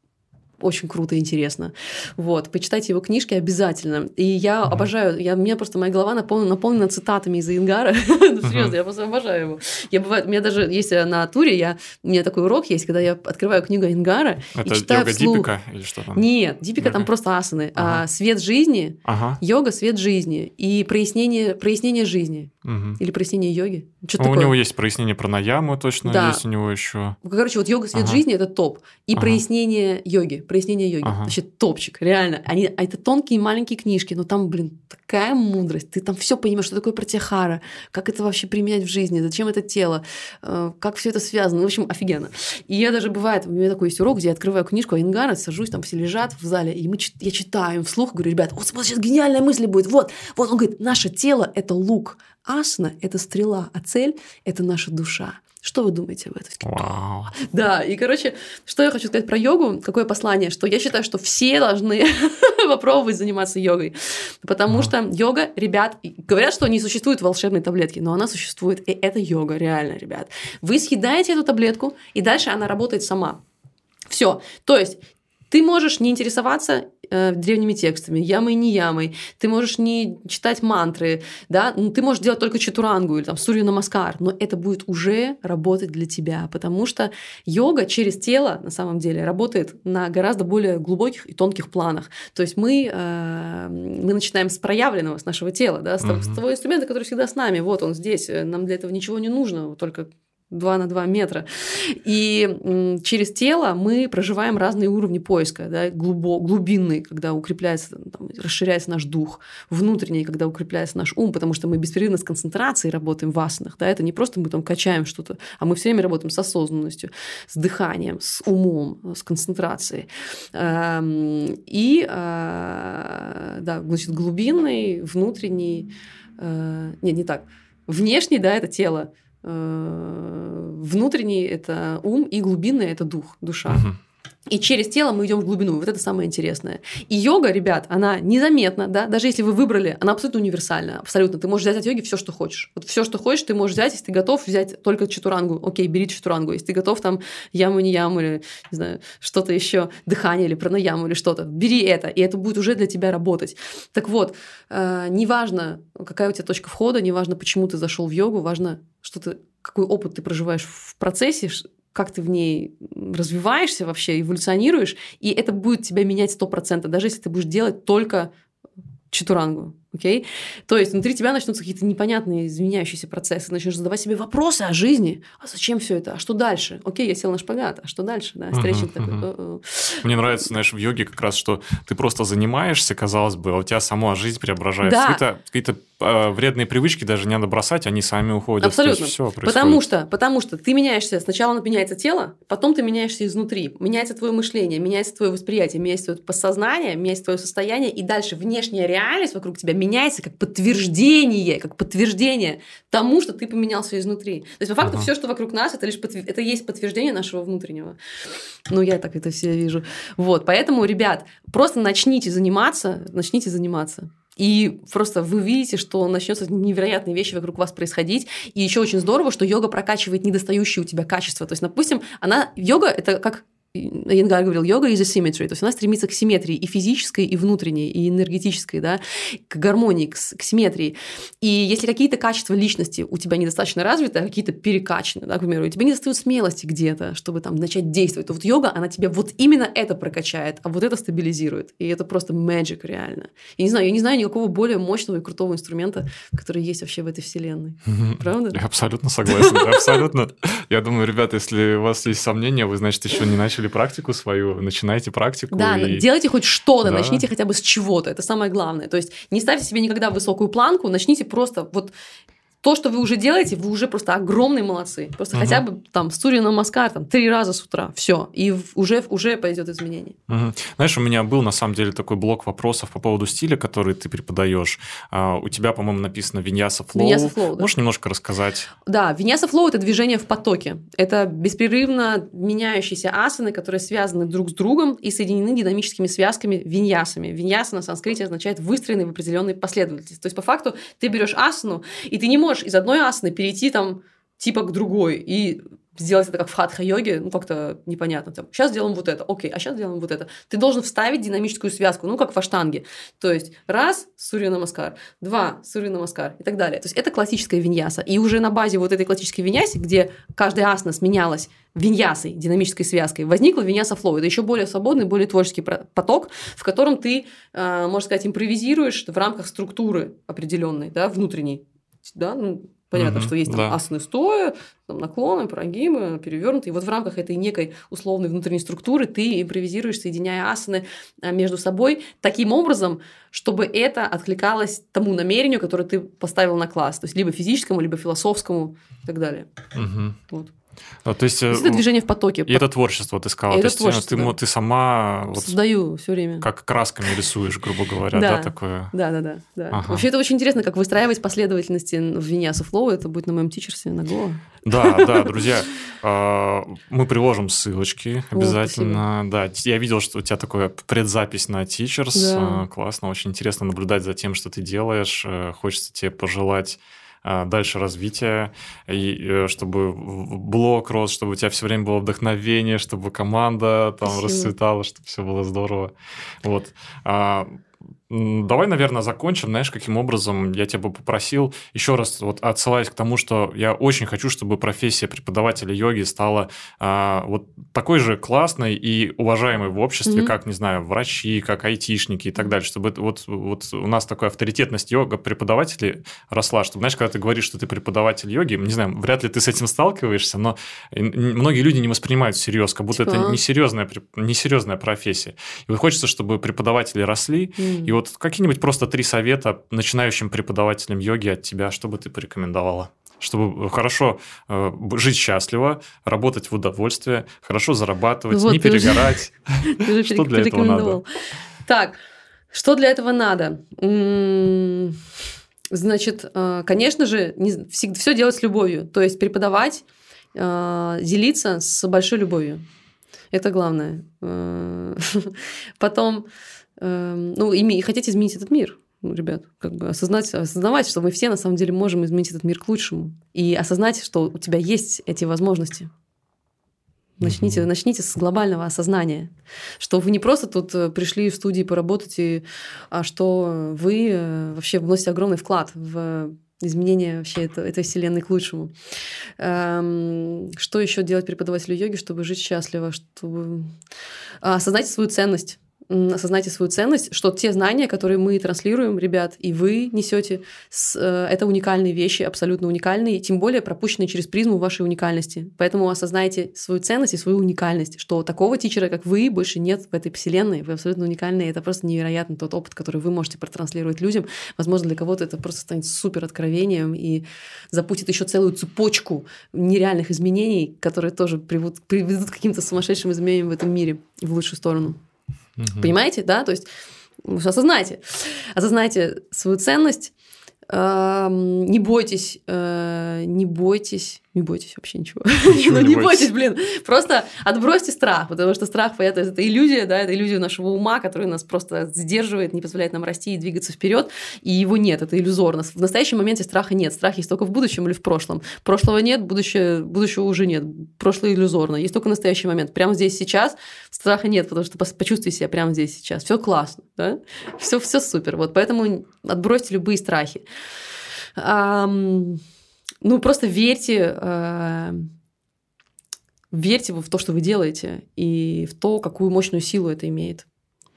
очень круто и интересно. Вот, почитайте его книжки обязательно. И я Мгм. обожаю, я, у меня просто моя голова наполнена, наполнена цитатами из Айенгара. Ну, серьезно, я просто обожаю его. Я бывает, у меня даже есть на туре, я, у меня такой урок есть, когда я открываю книгу Айенгара и Это читаю йога вслух. Дипика или что там? Нет, Дипика там Йога. просто асаны. А Ага. свет жизни, Ага. йога, свет жизни и прояснение, прояснение жизни. Мгм. Или прояснение йоги. Что Ну, у такое? него есть прояснение пранаямы, точно Да. есть у него еще. Короче, вот йога, свет Ага. жизни – это топ. И Ага. прояснение йоги. прояснение йоги. Ага. Вообще топчик, реально. Они, а это тонкие маленькие книжки, но там, блин, такая мудрость. Ты там все понимаешь, что такое пратьяхара, как это вообще применять в жизни, зачем это тело, как все это связано. В общем, офигенно. И я даже бывает, у меня такой есть урок, где я открываю книжку Айенгара, сажусь, там все лежат в зале, и мы, я читаю им вслух, говорю, ребят, вот сейчас гениальная мысль будет, вот, вот, он говорит, наше тело – это лук, асана – это стрела, а цель – это наша душа. Что вы думаете об этом? Wow. Да, и, короче, что я хочу сказать про йогу, какое послание, что я считаю, что все должны попробовать заниматься йогой, потому uh-huh. что йога, ребят, говорят, что не существует волшебной таблетки, но она существует, и это йога, реально, ребят. Вы съедаете эту таблетку, и дальше она работает сама. Все, то есть ты можешь не интересоваться э, древними текстами, ямой не ямой, ты можешь не читать мантры, да, ты можешь делать только чатурангу или там сурью намаскар, но это будет уже работать для тебя, потому что йога через тело на самом деле работает на гораздо более глубоких и тонких планах. То есть мы, э, мы начинаем с проявленного, с нашего тела, да, с, mm-hmm. с того инструмента, который всегда с нами, вот он здесь, нам для этого ничего не нужно, только два на два метра. И м, через тело мы проживаем разные уровни поиска. Да? Глубо, глубинный, когда укрепляется, там, расширяется наш дух. Внутренний, когда укрепляется наш ум, потому что мы беспрерывно с концентрацией работаем в асанах. Да? Это не просто мы там качаем что-то, а мы все время работаем с осознанностью, с дыханием, с умом, с концентрацией. И да, значит, глубинный, внутренний... Нет, не так. Внешний, да, это тело. Внутренний – это ум, и глубинный – это дух, душа. Uh-huh. И через тело мы идем в глубину. Вот это самое интересное. И йога, ребят, она незаметна, да, даже если вы выбрали, она абсолютно универсальна, абсолютно. Ты можешь взять от йоги все, что хочешь. Вот все, что хочешь, ты можешь взять, если ты готов взять только чатурангу. Окей, бери чатурангу. Если ты готов там яму, не яму, или, не знаю, что-то еще, дыхание или пранаяму, или что-то, бери это, и это будет уже для тебя работать. Так вот, э, неважно, какая у тебя точка входа, неважно, почему ты зашел в йогу, важно, что ты, какой опыт ты проживаешь в процессе, как ты в ней развиваешься вообще, эволюционируешь, и это будет тебя менять сто процентов, даже если ты будешь делать только чатурангу. Okay? То есть внутри тебя начнутся какие-то непонятные изменяющиеся процессы, начнешь задавать себе вопросы о жизни. А зачем все это? А что дальше? Окей, я сел на шпагат, а что дальше? Да, стретчинг uh-huh, такой. Uh-huh. Мне нравится, знаешь, в йоге как раз, что ты просто занимаешься, казалось бы, а у тебя сама жизнь преображается. Да. Какие-то, какие-то э, вредные привычки даже не надо бросать, они сами уходят. Абсолютно. Все потому, что, потому что ты меняешься, сначала меняется тело, потом ты меняешься изнутри. Меняется твое мышление, меняется твое восприятие, меняется твое подсознание, меняется твое состояние, и дальше внешняя реальность вокруг тебя меняется как подтверждение, как подтверждение тому, что ты поменялся изнутри. То есть, по факту, ага. все, что вокруг нас, это лишь подтвер... это есть подтверждение нашего внутреннего. Ну, я так это все вижу. Вот, поэтому, ребят, просто начните заниматься, начните заниматься. И просто вы видите, что начнется невероятные вещи вокруг вас происходить. И еще очень здорово, что йога прокачивает недостающие у тебя качества. То есть, допустим, она йога это как Айенгар говорил, йога is a symmetry, то есть она стремится к симметрии и физической, и внутренней, и энергетической, да, к гармонии, к, к симметрии. И если какие-то качества личности у тебя недостаточно развиты, а какие-то перекачаны, да, к примеру, у тебя не достает смелости где-то, чтобы там начать действовать, то вот йога, она тебя вот именно это прокачает, а вот это стабилизирует. И это просто magic реально. Я не знаю, я не знаю никакого более мощного и крутого инструмента, который есть вообще в этой вселенной. Правда? Я абсолютно согласен, абсолютно. Я думаю, ребята, если у вас есть сомнения, вы, значит, еще не начали практику свою, начинайте практику. Да, и... делайте хоть что-то, да. Начните хотя бы с чего-то, это самое главное. То есть не ставьте себе никогда высокую планку, начните просто вот то, что вы уже делаете, вы уже просто огромные молодцы. Просто угу. хотя бы там сурья намаскар там три раза с утра, все, и уже, уже пойдет изменение. Угу. Знаешь, у меня был на самом деле такой блок вопросов по поводу стиля, который ты преподаешь. Uh, у тебя, по-моему, написано виньяса флоу. Виньяса флоу, да. Можешь немножко рассказать? Да, виньяса флоу – это движение в потоке. Это беспрерывно меняющиеся асаны, которые связаны друг с другом и соединены динамическими связками виньясами. Виньяса на санскрите означает выстроенный в определенной последовательности. То есть, по факту, ты берешь асану, и ты не можешь из одной асаны перейти там типа к другой и сделать это как в хатха-йоге, ну, как-то непонятно. Там, сейчас делаем вот это, окей, а сейчас делаем вот это. Ты должен вставить динамическую связку, ну, как в аштанге. То есть, раз – сурья намаскар, два – сурья намаскар и так далее. То есть, это классическая виньяса. И уже на базе вот этой классической виньясы, где каждая асана сменялась виньясой, динамической связкой, возникла виньяса флоу. Это еще более свободный, более творческий поток, в котором ты, можно сказать, импровизируешь в рамках структуры определенной, да, внутренней. Да, ну, Понятно, Мгм, что есть там да. асаны стоя, там наклоны, прогибы, перевернутые. И вот в рамках этой некой условной внутренней структуры ты импровизируешь, соединяя асаны а, между собой таким образом, чтобы это откликалось тому намерению, которое ты поставил на класс. То есть либо физическому, либо философскому и так далее. Мгм. Вот. А, то есть, То э, есть это движение в потоке. и это творчество ты сказала. И То это есть, э, творчество, ты, да. мо- ты сама вот Создаю все время. как красками рисуешь, грубо говоря, да, Да. такое? Да, да, да, да. Ага. Вообще это очень интересно, как выстраивать последовательности в Vinyasa Flow. Это будет на моем тичерсе на Go. Да, да, друзья, а, мы приложим ссылочки О, обязательно. Да, я видел, что у тебя такая предзапись на Teachers. Да. А, Классно, очень интересно наблюдать за тем, что ты делаешь. Э, Хочется тебе пожелать а, дальше развития, и э, чтобы в- блог рос, чтобы у тебя все время было вдохновение, чтобы команда там Спасибо. расцветала, чтобы все было здорово. Вот. А, м, Давай, наверное, закончим. Знаешь, каким образом я тебя бы попросил еще раз, вот отсылаясь к тому, что я очень хочу, чтобы профессия преподавателя йоги стала а, вот такой же классной и уважаемой в обществе, Мгм. как, не знаю, врачи, как айтишники и так далее, чтобы это вот, вот у нас такая авторитетность йога преподавателей росла, чтобы, знаешь, когда ты говоришь, что ты преподаватель йоги, не знаю, вряд ли ты с этим сталкиваешься, но н- н- многие люди не воспринимают всерьез, как будто Типа, это а? несерьезная, преп- несерьезная профессия. И вот хочется, чтобы преподаватели росли, М. и вот какие-нибудь просто три совета начинающим преподавателям йоги от тебя, что бы ты порекомендовала? Чтобы хорошо э, б- жить счастливо, работать в удовольствие, хорошо зарабатывать, Вот, не ты уже- перегорать. Ты уже Что перек- для этого надо? порекомендовал. Так, что для этого надо? М, Значит, э, конечно же, все делать с любовью. То есть преподавать, э, делиться с большой любовью. Это главное. Э, Потом, э, ну, име- хотите изменить этот мир, ну, ребят, как бы осознать, осознавать, что мы все на самом деле можем изменить этот мир к лучшему. И осознать, что у тебя есть эти возможности. Начните, Мгм. начните с глобального осознания, что вы не просто тут э, пришли в студии поработать, и- а что вы э, вообще вносите огромный вклад в изменение вообще это- этой вселенной к лучшему. Эм, Что еще делать преподавателю йоги, чтобы жить счастливо, чтобы А, осознайте свою ценность. М, Осознайте свою ценность, что те знания, которые мы транслируем, ребят, и вы несете, с- э, это уникальные вещи, абсолютно уникальные, тем более пропущенные через призму вашей уникальности. Поэтому осознайте свою ценность и свою уникальность, что такого тичера, как вы, больше нет в этой вселенной. Вы абсолютно уникальные. Это просто невероятно тот опыт, который вы можете протранслировать людям. Возможно, для кого-то это просто станет супер откровением и запустит еще целую цепочку нереальных изменений, которые тоже приведут, приведут к каким-то сумасшедшим изменениям в этом мире в лучшую сторону. Мгм. Понимаете, да? То есть осознайте, осознайте свою ценность, эм, не бойтесь, э, не бойтесь, не бойтесь вообще ничего. Ничего Ну, не не бойтесь. бойтесь, блин. Просто отбросьте страх, потому что страх, понятно, это иллюзия, да, это иллюзия нашего ума, которая нас просто сдерживает, не позволяет нам расти и двигаться вперед, и его нет, это иллюзорно. В настоящем моменте страха нет, страх есть только в будущем или в прошлом. Прошлого нет, будущее, будущего уже нет, прошлое иллюзорно, есть только настоящий момент. Прямо здесь сейчас страха нет, потому что пос- почувствуйте себя прямо здесь сейчас. Все классно, да? Все, все супер. Вот поэтому отбросьте любые страхи. Ам, Ну, просто верьте, э, верьте в то, что вы делаете, и в то, какую мощную силу это имеет.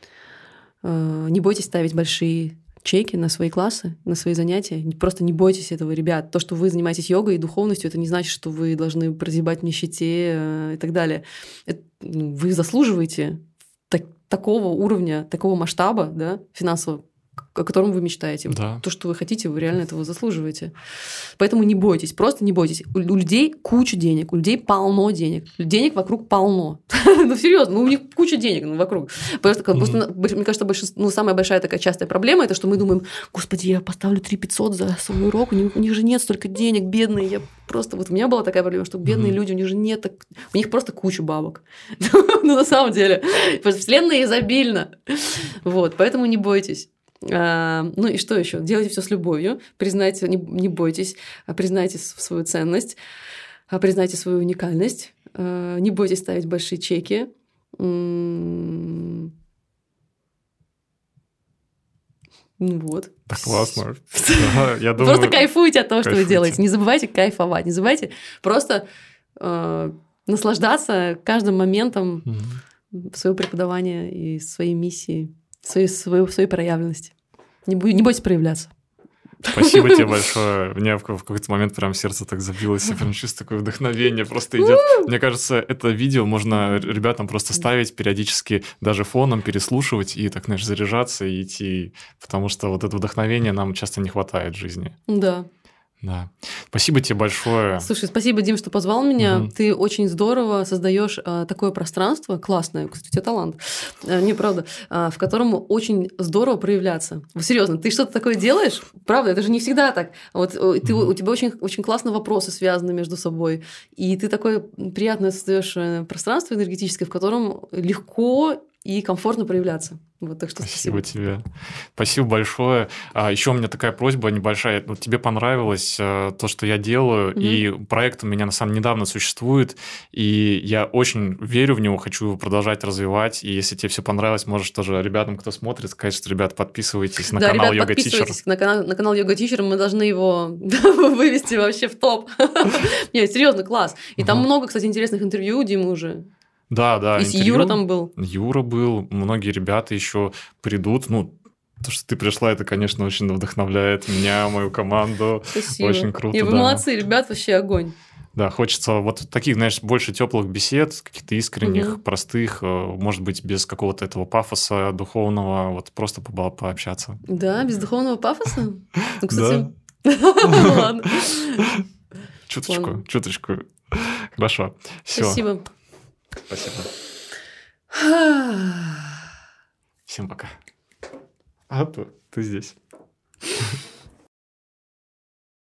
Э, Не бойтесь ставить большие чеки на свои классы, на свои занятия. Не- Просто не бойтесь этого, ребят. То, что вы занимаетесь йогой и духовностью, это не значит, что вы должны прозябать в нищете э, и так далее. Это, ну, вы заслуживаете так- такого уровня, такого масштаба, да, финансового, о котором вы мечтаете. Да. То, что вы хотите, вы реально этого заслуживаете. Поэтому не бойтесь, просто не бойтесь. У, у людей куча денег, у людей полно денег. Денег вокруг полно. Ну, серьезно, ну, у них куча денег ну, вокруг. Просто, как, просто, мне кажется, большинство, ну, самая большая такая частая проблема, это что мы думаем, господи, я поставлю три тысячи пятьсот за свой урок, у них, у них же нет столько денег, бедные. Я просто... Вот у меня была такая проблема, что бедные Мгм. люди, у них же нет... так- У них просто куча бабок. Ну, на самом деле. Потому что вселенная изобильна. Вот, поэтому не бойтесь. А, ну и что еще? Делайте все с любовью, признайте, не, не бойтесь, а признайте с- свою ценность, а признайте свою уникальность, а, не бойтесь ставить большие чеки. М, Ну вот. Да, классно. Да, я Просто думаю, кайфуйте от того, что вы кайфуйте. делаете. Не забывайте кайфовать, не забывайте просто э, наслаждаться каждым моментом Мгм. своего преподавания и своей миссии, своей, своей, своей проявленности. Не, бо- не бойтесь проявляться. Спасибо тебе большое. У меня в какой-то момент прям сердце так забилось, я прям чувствую такое вдохновение просто идет. Мне кажется, это видео можно ребятам просто ставить периодически, даже фоном переслушивать и так, знаешь, заряжаться и идти, потому что вот это вдохновение нам часто не хватает в жизни. Да. Да. Спасибо тебе большое. Слушай, спасибо, Дим, что позвал меня. Угу. Ты очень здорово создаешь а, такое пространство, классное, кстати, у тебя талант, а, не правда, а, в котором очень здорово проявляться. Серьезно, ты что-то такое делаешь? Правда, это же не всегда так. Вот ты, угу. у тебя очень, очень классно вопросы связаны между собой, и ты такое приятное создаешь пространство энергетическое, в котором легко и комфортно проявляться. Вот, так что спасибо, спасибо тебе. Спасибо большое. А, еще у меня такая просьба небольшая. Вот тебе понравилось а, то, что я делаю, mm-hmm. и проект у меня на самом деле недавно существует, и я очень верю в него, хочу его продолжать развивать. И если тебе все понравилось, можешь тоже ребятам, кто смотрит, сказать, что, ребят, подписывайтесь на да, канал ребят, Yoga Teacher. На канал, на канал Yoga Teacher, мы должны его вывести вообще в топ. Нет, серьезно, класс. И там много, кстати, интересных интервью у Димы уже. Да, да. И Юра там был. Юра был, многие ребята еще придут. Ну, то, что ты пришла, это, конечно, очень вдохновляет меня, мою команду. Спасибо. Очень круто. И вы да. молодцы, ребят, вообще огонь. Да, хочется вот таких, знаешь, больше теплых бесед, каких-то искренних, угу. простых, может быть, без какого-то этого пафоса духовного, вот просто по- пообщаться. Да, без духовного пафоса? Ну, кстати... Ладно. Чуточку, чуточку. Хорошо. Спасибо. Спасибо. Всем пока. А, ты, ты здесь.